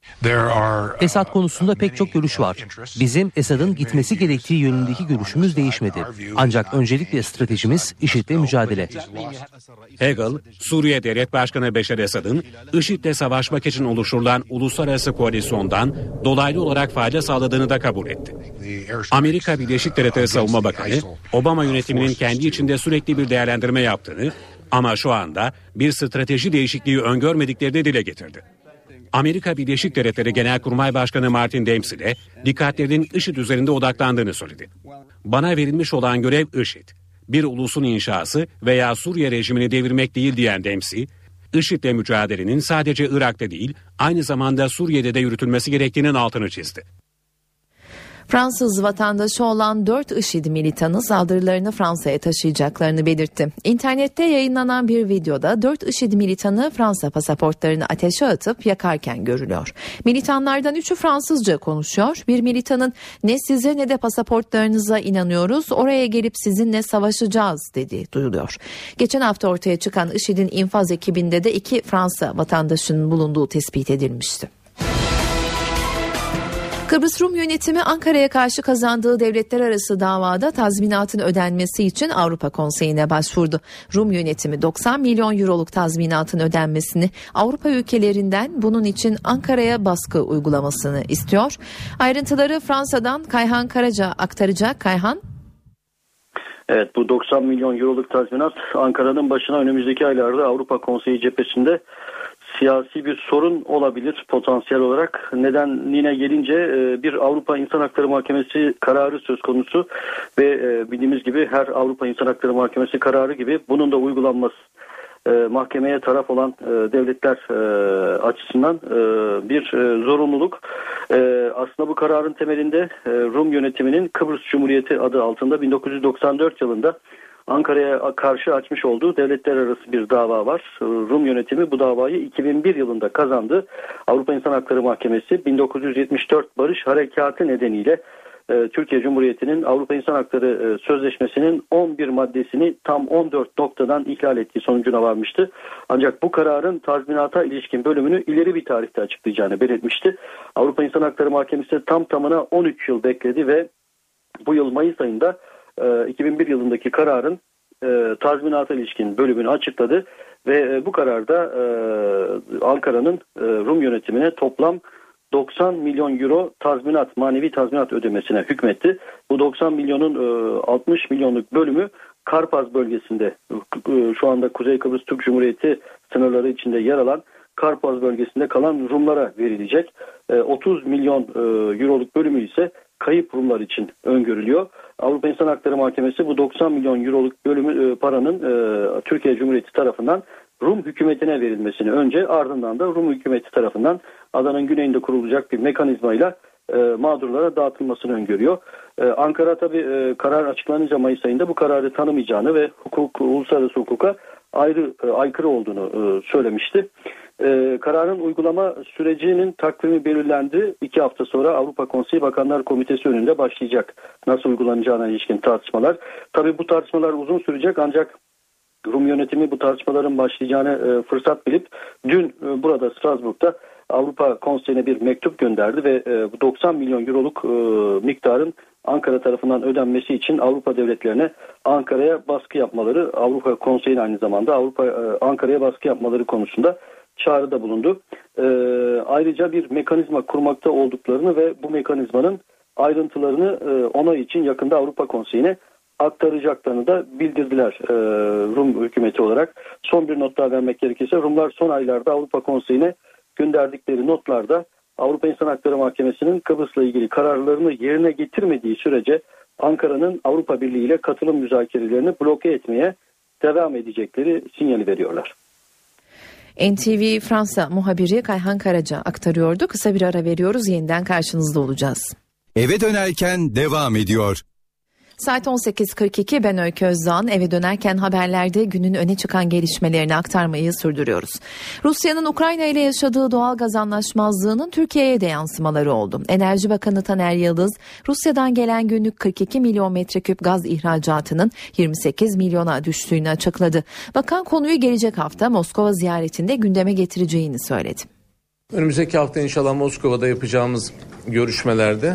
Esad konusunda pek çok görüş var. Bizim Esad'ın gitmesi gerektiği yönündeki görüşümüz değişmedi. Ancak öncelikle stratejimiz IŞİD'le mücadele. Hagel, Suriye Devlet Başkanı Beşar Esad'ın IŞİD'le savaşmak için oluşturulan uluslararası koalisyondan dolaylı olarak fayda sağladığını da kabul etti. Amerika Birleşik Devletleri Savunma Bakanı, Obama yönetiminin kendi içinde sürekli bir değerlendirme yaptığını ama şu anda bir strateji değişikliği öngörmediklerini dile getirdi. Amerika Birleşik Devletleri Genelkurmay Başkanı Martin Dempsey de dikkatlerinin IŞİD üzerinde odaklandığını söyledi. Bana verilmiş olan görev IŞİD. Bir ulusun inşası veya Suriye rejimini devirmek değil diyen Dempsey, IŞİD'le mücadelenin sadece Irak'ta değil, aynı zamanda Suriye'de de yürütülmesi gerektiğinin altını çizdi. Fransız vatandaşı olan 4 IŞİD militanı saldırılarını Fransa'ya taşıyacaklarını belirtti. İnternette yayınlanan bir videoda 4 IŞİD militanı Fransa pasaportlarını ateşe atıp yakarken görülüyor. Militanlardan 3'ü Fransızca konuşuyor. Bir militanın "Ne size ne de pasaportlarınıza inanıyoruz, oraya gelip sizinle savaşacağız" dediği duyuluyor. Geçen hafta ortaya çıkan IŞİD'in infaz ekibinde de 2 Fransa vatandaşının bulunduğu tespit edilmişti. Kıbrıs Rum yönetimi Ankara'ya karşı kazandığı devletler arası davada tazminatın ödenmesi için Avrupa Konseyi'ne başvurdu. Rum yönetimi 90 milyon euroluk tazminatın ödenmesini Avrupa ülkelerinden bunun için Ankara'ya baskı uygulamasını istiyor. Ayrıntıları Fransa'dan Kayhan Karaca aktaracak. Kayhan. Evet, bu 90 milyon euroluk tazminat Ankara'nın başına önümüzdeki aylarda Avrupa Konseyi cephesinde siyasi bir sorun olabilir potansiyel olarak. Nedenine gelince bir Avrupa İnsan Hakları Mahkemesi kararı söz konusu ve bildiğimiz gibi her Avrupa İnsan Hakları Mahkemesi kararı gibi bunun da uygulanması mahkemeye taraf olan devletler açısından bir zorunluluk. Aslında bu kararın temelinde Rum yönetiminin Kıbrıs Cumhuriyeti adı altında 1994 yılında Ankara'ya karşı açmış olduğu devletler arası bir dava var. Rum yönetimi bu davayı 2001 yılında kazandı. Avrupa İnsan Hakları Mahkemesi 1974 Barış Harekatı nedeniyle Türkiye Cumhuriyeti'nin Avrupa İnsan Hakları Sözleşmesi'nin 11 maddesini tam 14 noktadan ihlal ettiği sonucuna varmıştı. Ancak bu kararın tazminata ilişkin bölümünü ileri bir tarihte açıklayacağını belirtmişti. Avrupa İnsan Hakları Mahkemesi tam tamına 13 yıl bekledi ve bu yıl Mayıs ayında 2001 yılındaki kararın tazminata ilişkin bölümünü açıkladı ve bu kararda Ankara'nın Rum yönetimine toplam 90 milyon euro tazminat, manevi tazminat ödemesine hükmetti. Bu 90 milyonun 60 milyonluk bölümü Karpaz bölgesinde şu anda Kuzey Kıbrıs Türk Cumhuriyeti sınırları içinde yer alan Karpaz bölgesinde kalan Rumlara verilecek. 30 milyon euroluk bölümü ise kayıp Rumlar için öngörülüyor. Avrupa İnsan Hakları Mahkemesi bu 90 milyon euroluk bölümü paranın Türkiye Cumhuriyeti tarafından Rum hükümetine verilmesini önce, ardından da Rum hükümeti tarafından adanın güneyinde kurulacak bir mekanizmayla mağdurlara dağıtılmasını öngörüyor. Ankara tabii karar açıklanınca Mayıs ayında bu kararı tanımayacağını ve uluslararası hukuka aykırı olduğunu söylemişti. Kararın uygulama sürecinin takvimi belirlendi. 2 hafta sonra Avrupa Konseyi Bakanlar Komitesi önünde başlayacak nasıl uygulanacağına ilişkin tartışmalar. Tabii bu tartışmalar uzun sürecek, ancak Rum yönetimi bu tartışmaların başlayacağını fırsat bilip dün burada Strasbourg'da Avrupa Konseyi'ne bir mektup gönderdi ve bu 90 milyon euroluk miktarın Ankara tarafından ödenmesi için Avrupa devletlerine Ankara'ya baskı yapmaları, Avrupa Konseyi'nin aynı zamanda Ankara'ya baskı yapmaları konusunda çağrıda bulundu. Ayrıca bir mekanizma kurmakta olduklarını ve bu mekanizmanın ayrıntılarını onay için yakında Avrupa Konseyi'ne aktaracaklarını da bildirdiler Rum hükümeti olarak. Son bir not daha vermek gerekirse, Rumlar son aylarda Avrupa Konseyi'ne gönderdikleri notlarda Avrupa İnsan Hakları Mahkemesi'nin Kıbrıs'la ilgili kararlarını yerine getirmediği sürece Ankara'nın Avrupa Birliği ile katılım müzakerelerini bloke etmeye devam edecekleri sinyali veriyorlar. NTV Fransa muhabiri Kayhan Karaca aktarıyordu. Kısa bir ara veriyoruz. Yeniden karşınızda olacağız. Eve dönerken devam ediyor. Saat 18.42, ben Öykü Özdağ'ın. Eve dönerken haberlerde günün öne çıkan gelişmelerini aktarmayı sürdürüyoruz. Rusya'nın Ukrayna ile yaşadığı doğal gaz anlaşmazlığının Türkiye'ye de yansımaları oldu. Enerji Bakanı Taner Yıldız, Rusya'dan gelen günlük 42 milyon metreküp gaz ihracatının 28 milyona düştüğünü açıkladı. Bakan konuyu gelecek hafta Moskova ziyaretinde gündeme getireceğini söyledi. Önümüzdeki hafta inşallah Moskova'da yapacağımız görüşmelerde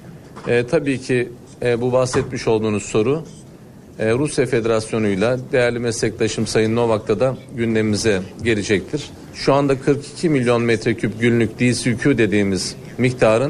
tabii ki bu bahsetmiş olduğunuz soru Rusya Federasyonu'yla değerli meslektaşım Sayın Novak'ta da gündemimize gelecektir. Şu anda 42 milyon metreküp günlük DCQ dediğimiz miktarın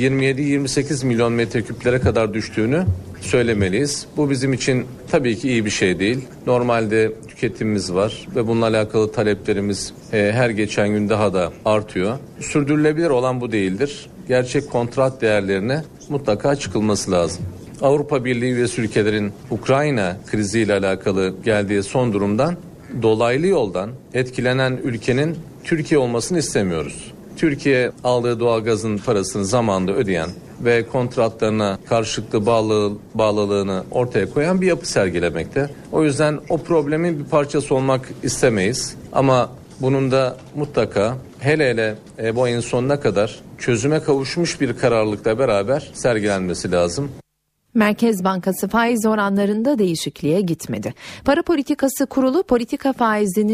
27-28 milyon metreküplere kadar düştüğünü söylemeliyiz. Bu bizim için tabii ki iyi bir şey değil. Normalde tüketimimiz var ve bununla alakalı taleplerimiz her geçen gün daha da artıyor. Sürdürülebilir olan bu değildir. Gerçek kontrat değerlerine mutlaka çıkılması lazım. Avrupa Birliği üyesi ülkelerin Ukrayna kriziyle alakalı geldiği son durumdan dolaylı yoldan etkilenen ülkenin Türkiye olmasını istemiyoruz. Türkiye aldığı doğalgazın parasını zamanında ödeyen ve kontratlarına karşılıklı bağlılığını ortaya koyan bir yapı sergilemekte. O yüzden o problemin bir parçası olmak istemeyiz. Ama bunun da mutlaka hele bu ayın sonuna kadar çözüme kavuşmuş bir kararlılıkla beraber sergilenmesi lazım. Merkez Bankası faiz oranlarında değişikliğe gitmedi. Para Politikası Kurulu politika faizini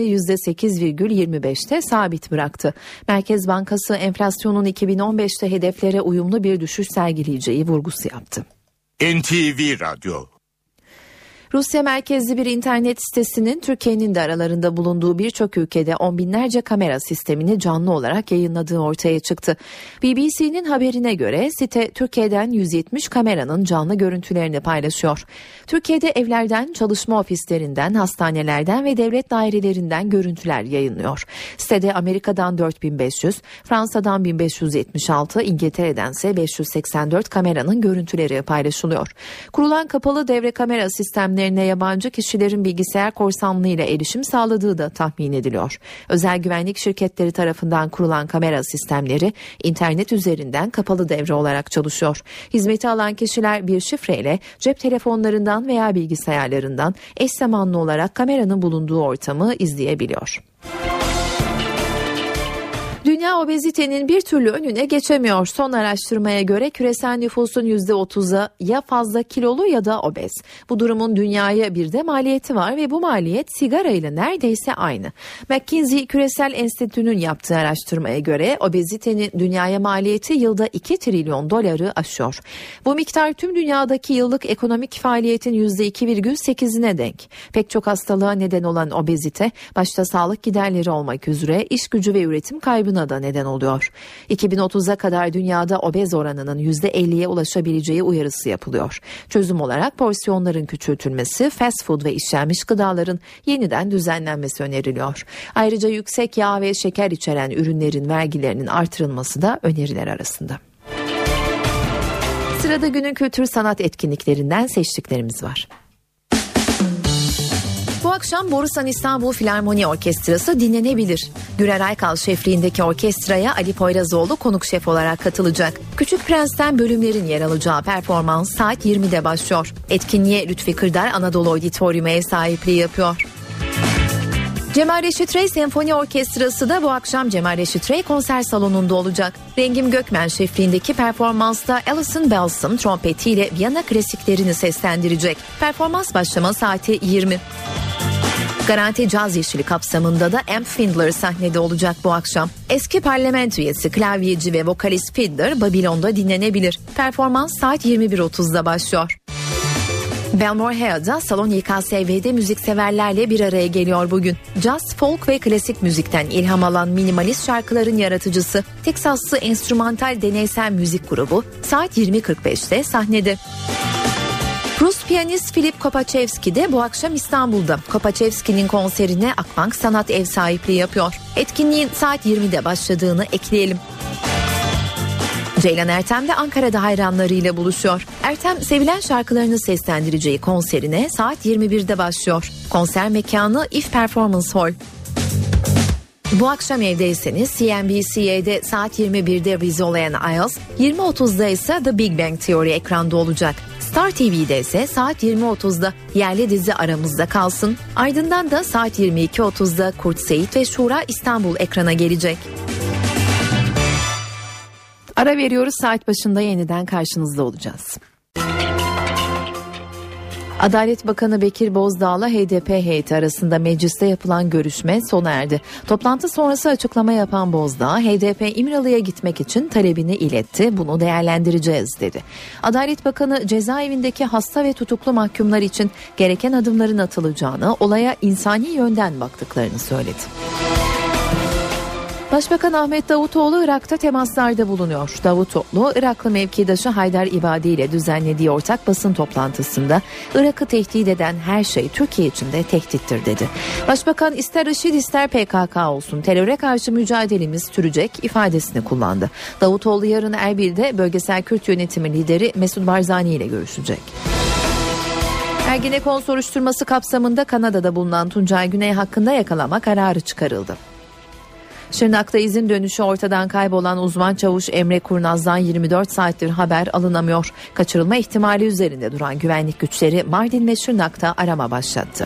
%8,25'te sabit bıraktı. Merkez Bankası enflasyonun 2015'te hedeflere uyumlu bir düşüş sergileyeceği vurgusu yaptı. NTV Radyo. Rusya merkezli bir internet sitesinin Türkiye'nin de aralarında bulunduğu birçok ülkede on binlerce kamera sistemini canlı olarak yayınladığı ortaya çıktı. BBC'nin haberine göre site Türkiye'den 170 kameranın canlı görüntülerini paylaşıyor. Türkiye'de evlerden, çalışma ofislerinden, hastanelerden ve devlet dairelerinden görüntüler yayınlıyor. Sitede Amerika'dan 4500, Fransa'dan 1576, İngiltere'den ise 584 kameranın görüntüleri paylaşılıyor. Kurulan kapalı devre kamera sistemleri yabancı kişilerin bilgisayar korsanlığıyla erişim sağladığı da tahmin ediliyor. Özel güvenlik şirketleri tarafından kurulan kamera sistemleri internet üzerinden kapalı devre olarak çalışıyor. Hizmeti alan kişiler bir şifreyle cep telefonlarından veya bilgisayarlarından eş zamanlı olarak kameranın bulunduğu ortamı izleyebiliyor. Dünya obezitenin bir türlü önüne geçemiyor. Son araştırmaya göre küresel nüfusun %30'a ya fazla kilolu ya da obez. Bu durumun dünyaya bir de maliyeti var ve bu maliyet sigara ile neredeyse aynı. McKinsey Küresel Enstitü'nün yaptığı araştırmaya göre obezitenin dünyaya maliyeti yılda 2 trilyon doları aşıyor. Bu miktar tüm dünyadaki yıllık ekonomik faaliyetin %2,8'ine denk. Pek çok hastalığa neden olan obezite başta sağlık giderleri olmak üzere iş gücü ve üretim kaybına buna da neden oluyor. 2030'a kadar dünyada obez oranının %50'ye ulaşabileceği uyarısı yapılıyor. Çözüm olarak porsiyonların küçültülmesi, fast food ve işlenmiş gıdaların yeniden düzenlenmesi öneriliyor. Ayrıca yüksek yağ ve şeker içeren ürünlerin vergilerinin artırılması da öneriler arasında. Sırada günün kültür sanat etkinliklerinden seçtiklerimiz var. Bu akşam Borusan İstanbul Filarmoni Orkestrası dinlenebilir. Gürer Aykal şefliğindeki orkestraya Ali Poyrazoğlu konuk şef olarak katılacak. Küçük Prens'ten bölümlerin yer alacağı performans saat 20'de başlıyor. Etkinliğe Lütfi Kırdar Anadolu Auditorium'a ev sahipliği yapıyor. Cemal Reşit Rey Senfoni Orkestrası da bu akşam Cemal Reşit Rey konser salonunda olacak. Rengim Gökmen şefliğindeki performansta Alison Belson trompetiyle Viyana klasiklerini seslendirecek. Performans başlama saati 20. Garanti Caz Yeşili kapsamında da Amp Findler sahnede olacak bu akşam. Eski parlament üyesi, klavyeci ve vokalist Findler Babilon'da dinlenebilir. Performans saat 21.30'da başlıyor. Belmore Hea'da Salon YKSV'de müzikseverlerle bir araya geliyor bugün. Jazz, folk ve klasik müzikten ilham alan minimalist şarkıların yaratıcısı Teksaslı enstrümantal deneysel müzik grubu saat 20.45'te sahnede. Rus piyanist Filip Kopachevski de bu akşam İstanbul'da. Kopachevski'nin konserine Akbank Sanat ev sahipliği yapıyor. Etkinliğin saat 20'de başladığını ekleyelim. Ceylan Ertem de Ankara'da hayranlarıyla buluşuyor. Ertem sevilen şarkılarını seslendireceği konserine saat 21'de başlıyor. Konser mekanı If Performance Hall. Bu akşam evdeyseniz CNBC'de saat 21'de Rizzo and Isles, 20.30'da ise The Big Bang Theory ekranda olacak. Star TV'de ise saat 20.30'da yerli dizi Aramızda Kalsın. Ardından da saat 22.30'da Kurt Seyit ve Şura İstanbul ekrana gelecek. Ara veriyoruz, saat başında yeniden karşınızda olacağız. Adalet Bakanı Bekir Bozdağ'la HDP heyeti arasında mecliste yapılan görüşme sona erdi. Toplantı sonrası açıklama yapan Bozdağ, HDP İmralı'ya gitmek için talebini iletti, bunu değerlendireceğiz dedi. Adalet Bakanı cezaevindeki hasta ve tutuklu mahkumlar için gereken adımların atılacağını, olaya insani yönden baktıklarını söyledi. Başbakan Ahmet Davutoğlu Irak'ta temaslarda bulunuyor. Davutoğlu, Iraklı mevkidaşı Haydar İbadi ile düzenlediği ortak basın toplantısında Irak'ı tehdit eden her şey Türkiye için de tehdittir dedi. Başbakan ister IŞİD ister PKK olsun teröre karşı mücadelemiz sürecek ifadesini kullandı. Davutoğlu yarın Erbil'de bölgesel Kürt yönetimi lideri Mesut Barzani ile görüşecek. Ergenekon soruşturması kapsamında Kanada'da bulunan Tuncay Güney hakkında yakalama kararı çıkarıldı. Şırnak'ta izin dönüşü ortadan kaybolan uzman çavuş Emre Kurnaz'dan 24 saattir haber alınamıyor. Kaçırılma ihtimali üzerinde duran güvenlik güçleri Mardin ve Şırnak'ta arama başlattı.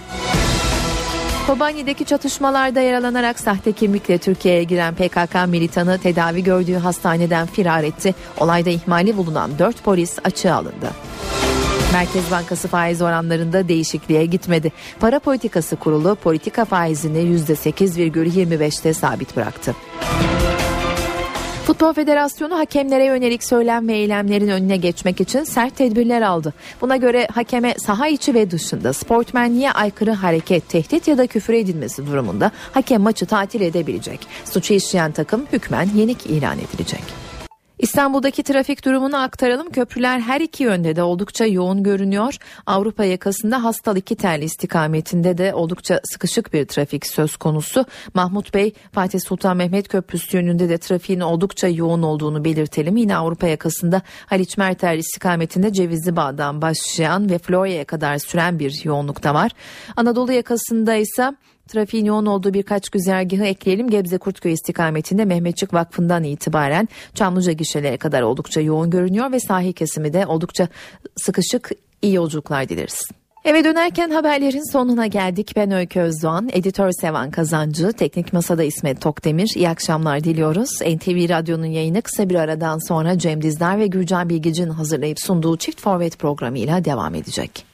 Kobani'deki çatışmalarda yaralanarak sahte kimlikle Türkiye'ye giren PKK militanı tedavi gördüğü hastaneden firar etti. Olayda ihmali bulunan 4 polis açığa alındı. Merkez Bankası faiz oranlarında değişikliğe gitmedi. Para Politikası Kurulu politika faizini %8,25'te sabit bıraktı. Futbol Federasyonu hakemlere yönelik söylem ve eylemlerin önüne geçmek için sert tedbirler aldı. Buna göre hakeme saha içi ve dışında sportmenliğe aykırı hareket, tehdit ya da küfür edilmesi durumunda hakem maçı tatil edebilecek. Suçu işleyen takım hükmen yenik ilan edilecek. İstanbul'daki trafik durumunu aktaralım. Köprüler her iki yönde de oldukça yoğun görünüyor. Avrupa yakasında Hastal İkitelli istikametinde de oldukça sıkışık bir trafik söz konusu. Mahmut Bey, Fatih Sultan Mehmet Köprüsü yönünde de trafiğin oldukça yoğun olduğunu belirtelim. Yine Avrupa yakasında Haliç Merter istikametinde Cevizli Bağ'dan başlayan ve Florya'ya kadar süren bir yoğunluk da var. Anadolu yakasında ise trafiğin yoğun olduğu birkaç güzergahı ekleyelim. Gebze Kurtköy istikametinde Mehmetçik Vakfı'ndan itibaren Çamlıca gişelere kadar oldukça yoğun görünüyor ve sahil kesimi de oldukça sıkışık. İyi yolculuklar dileriz. Eve dönerken haberlerin sonuna geldik. Ben Öykü Özdoğan, editör Sevan Kazancı, teknik masada İsmet Tokdemir. İyi akşamlar diliyoruz. NTV Radyo'nun yayını kısa bir aradan sonra Cem Dizdar ve Gürcan Bilgici'nin hazırlayıp sunduğu Çift Forvet programıyla devam edecek.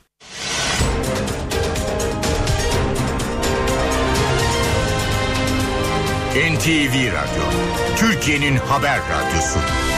NTV Radyo, Türkiye'nin haber radyosu.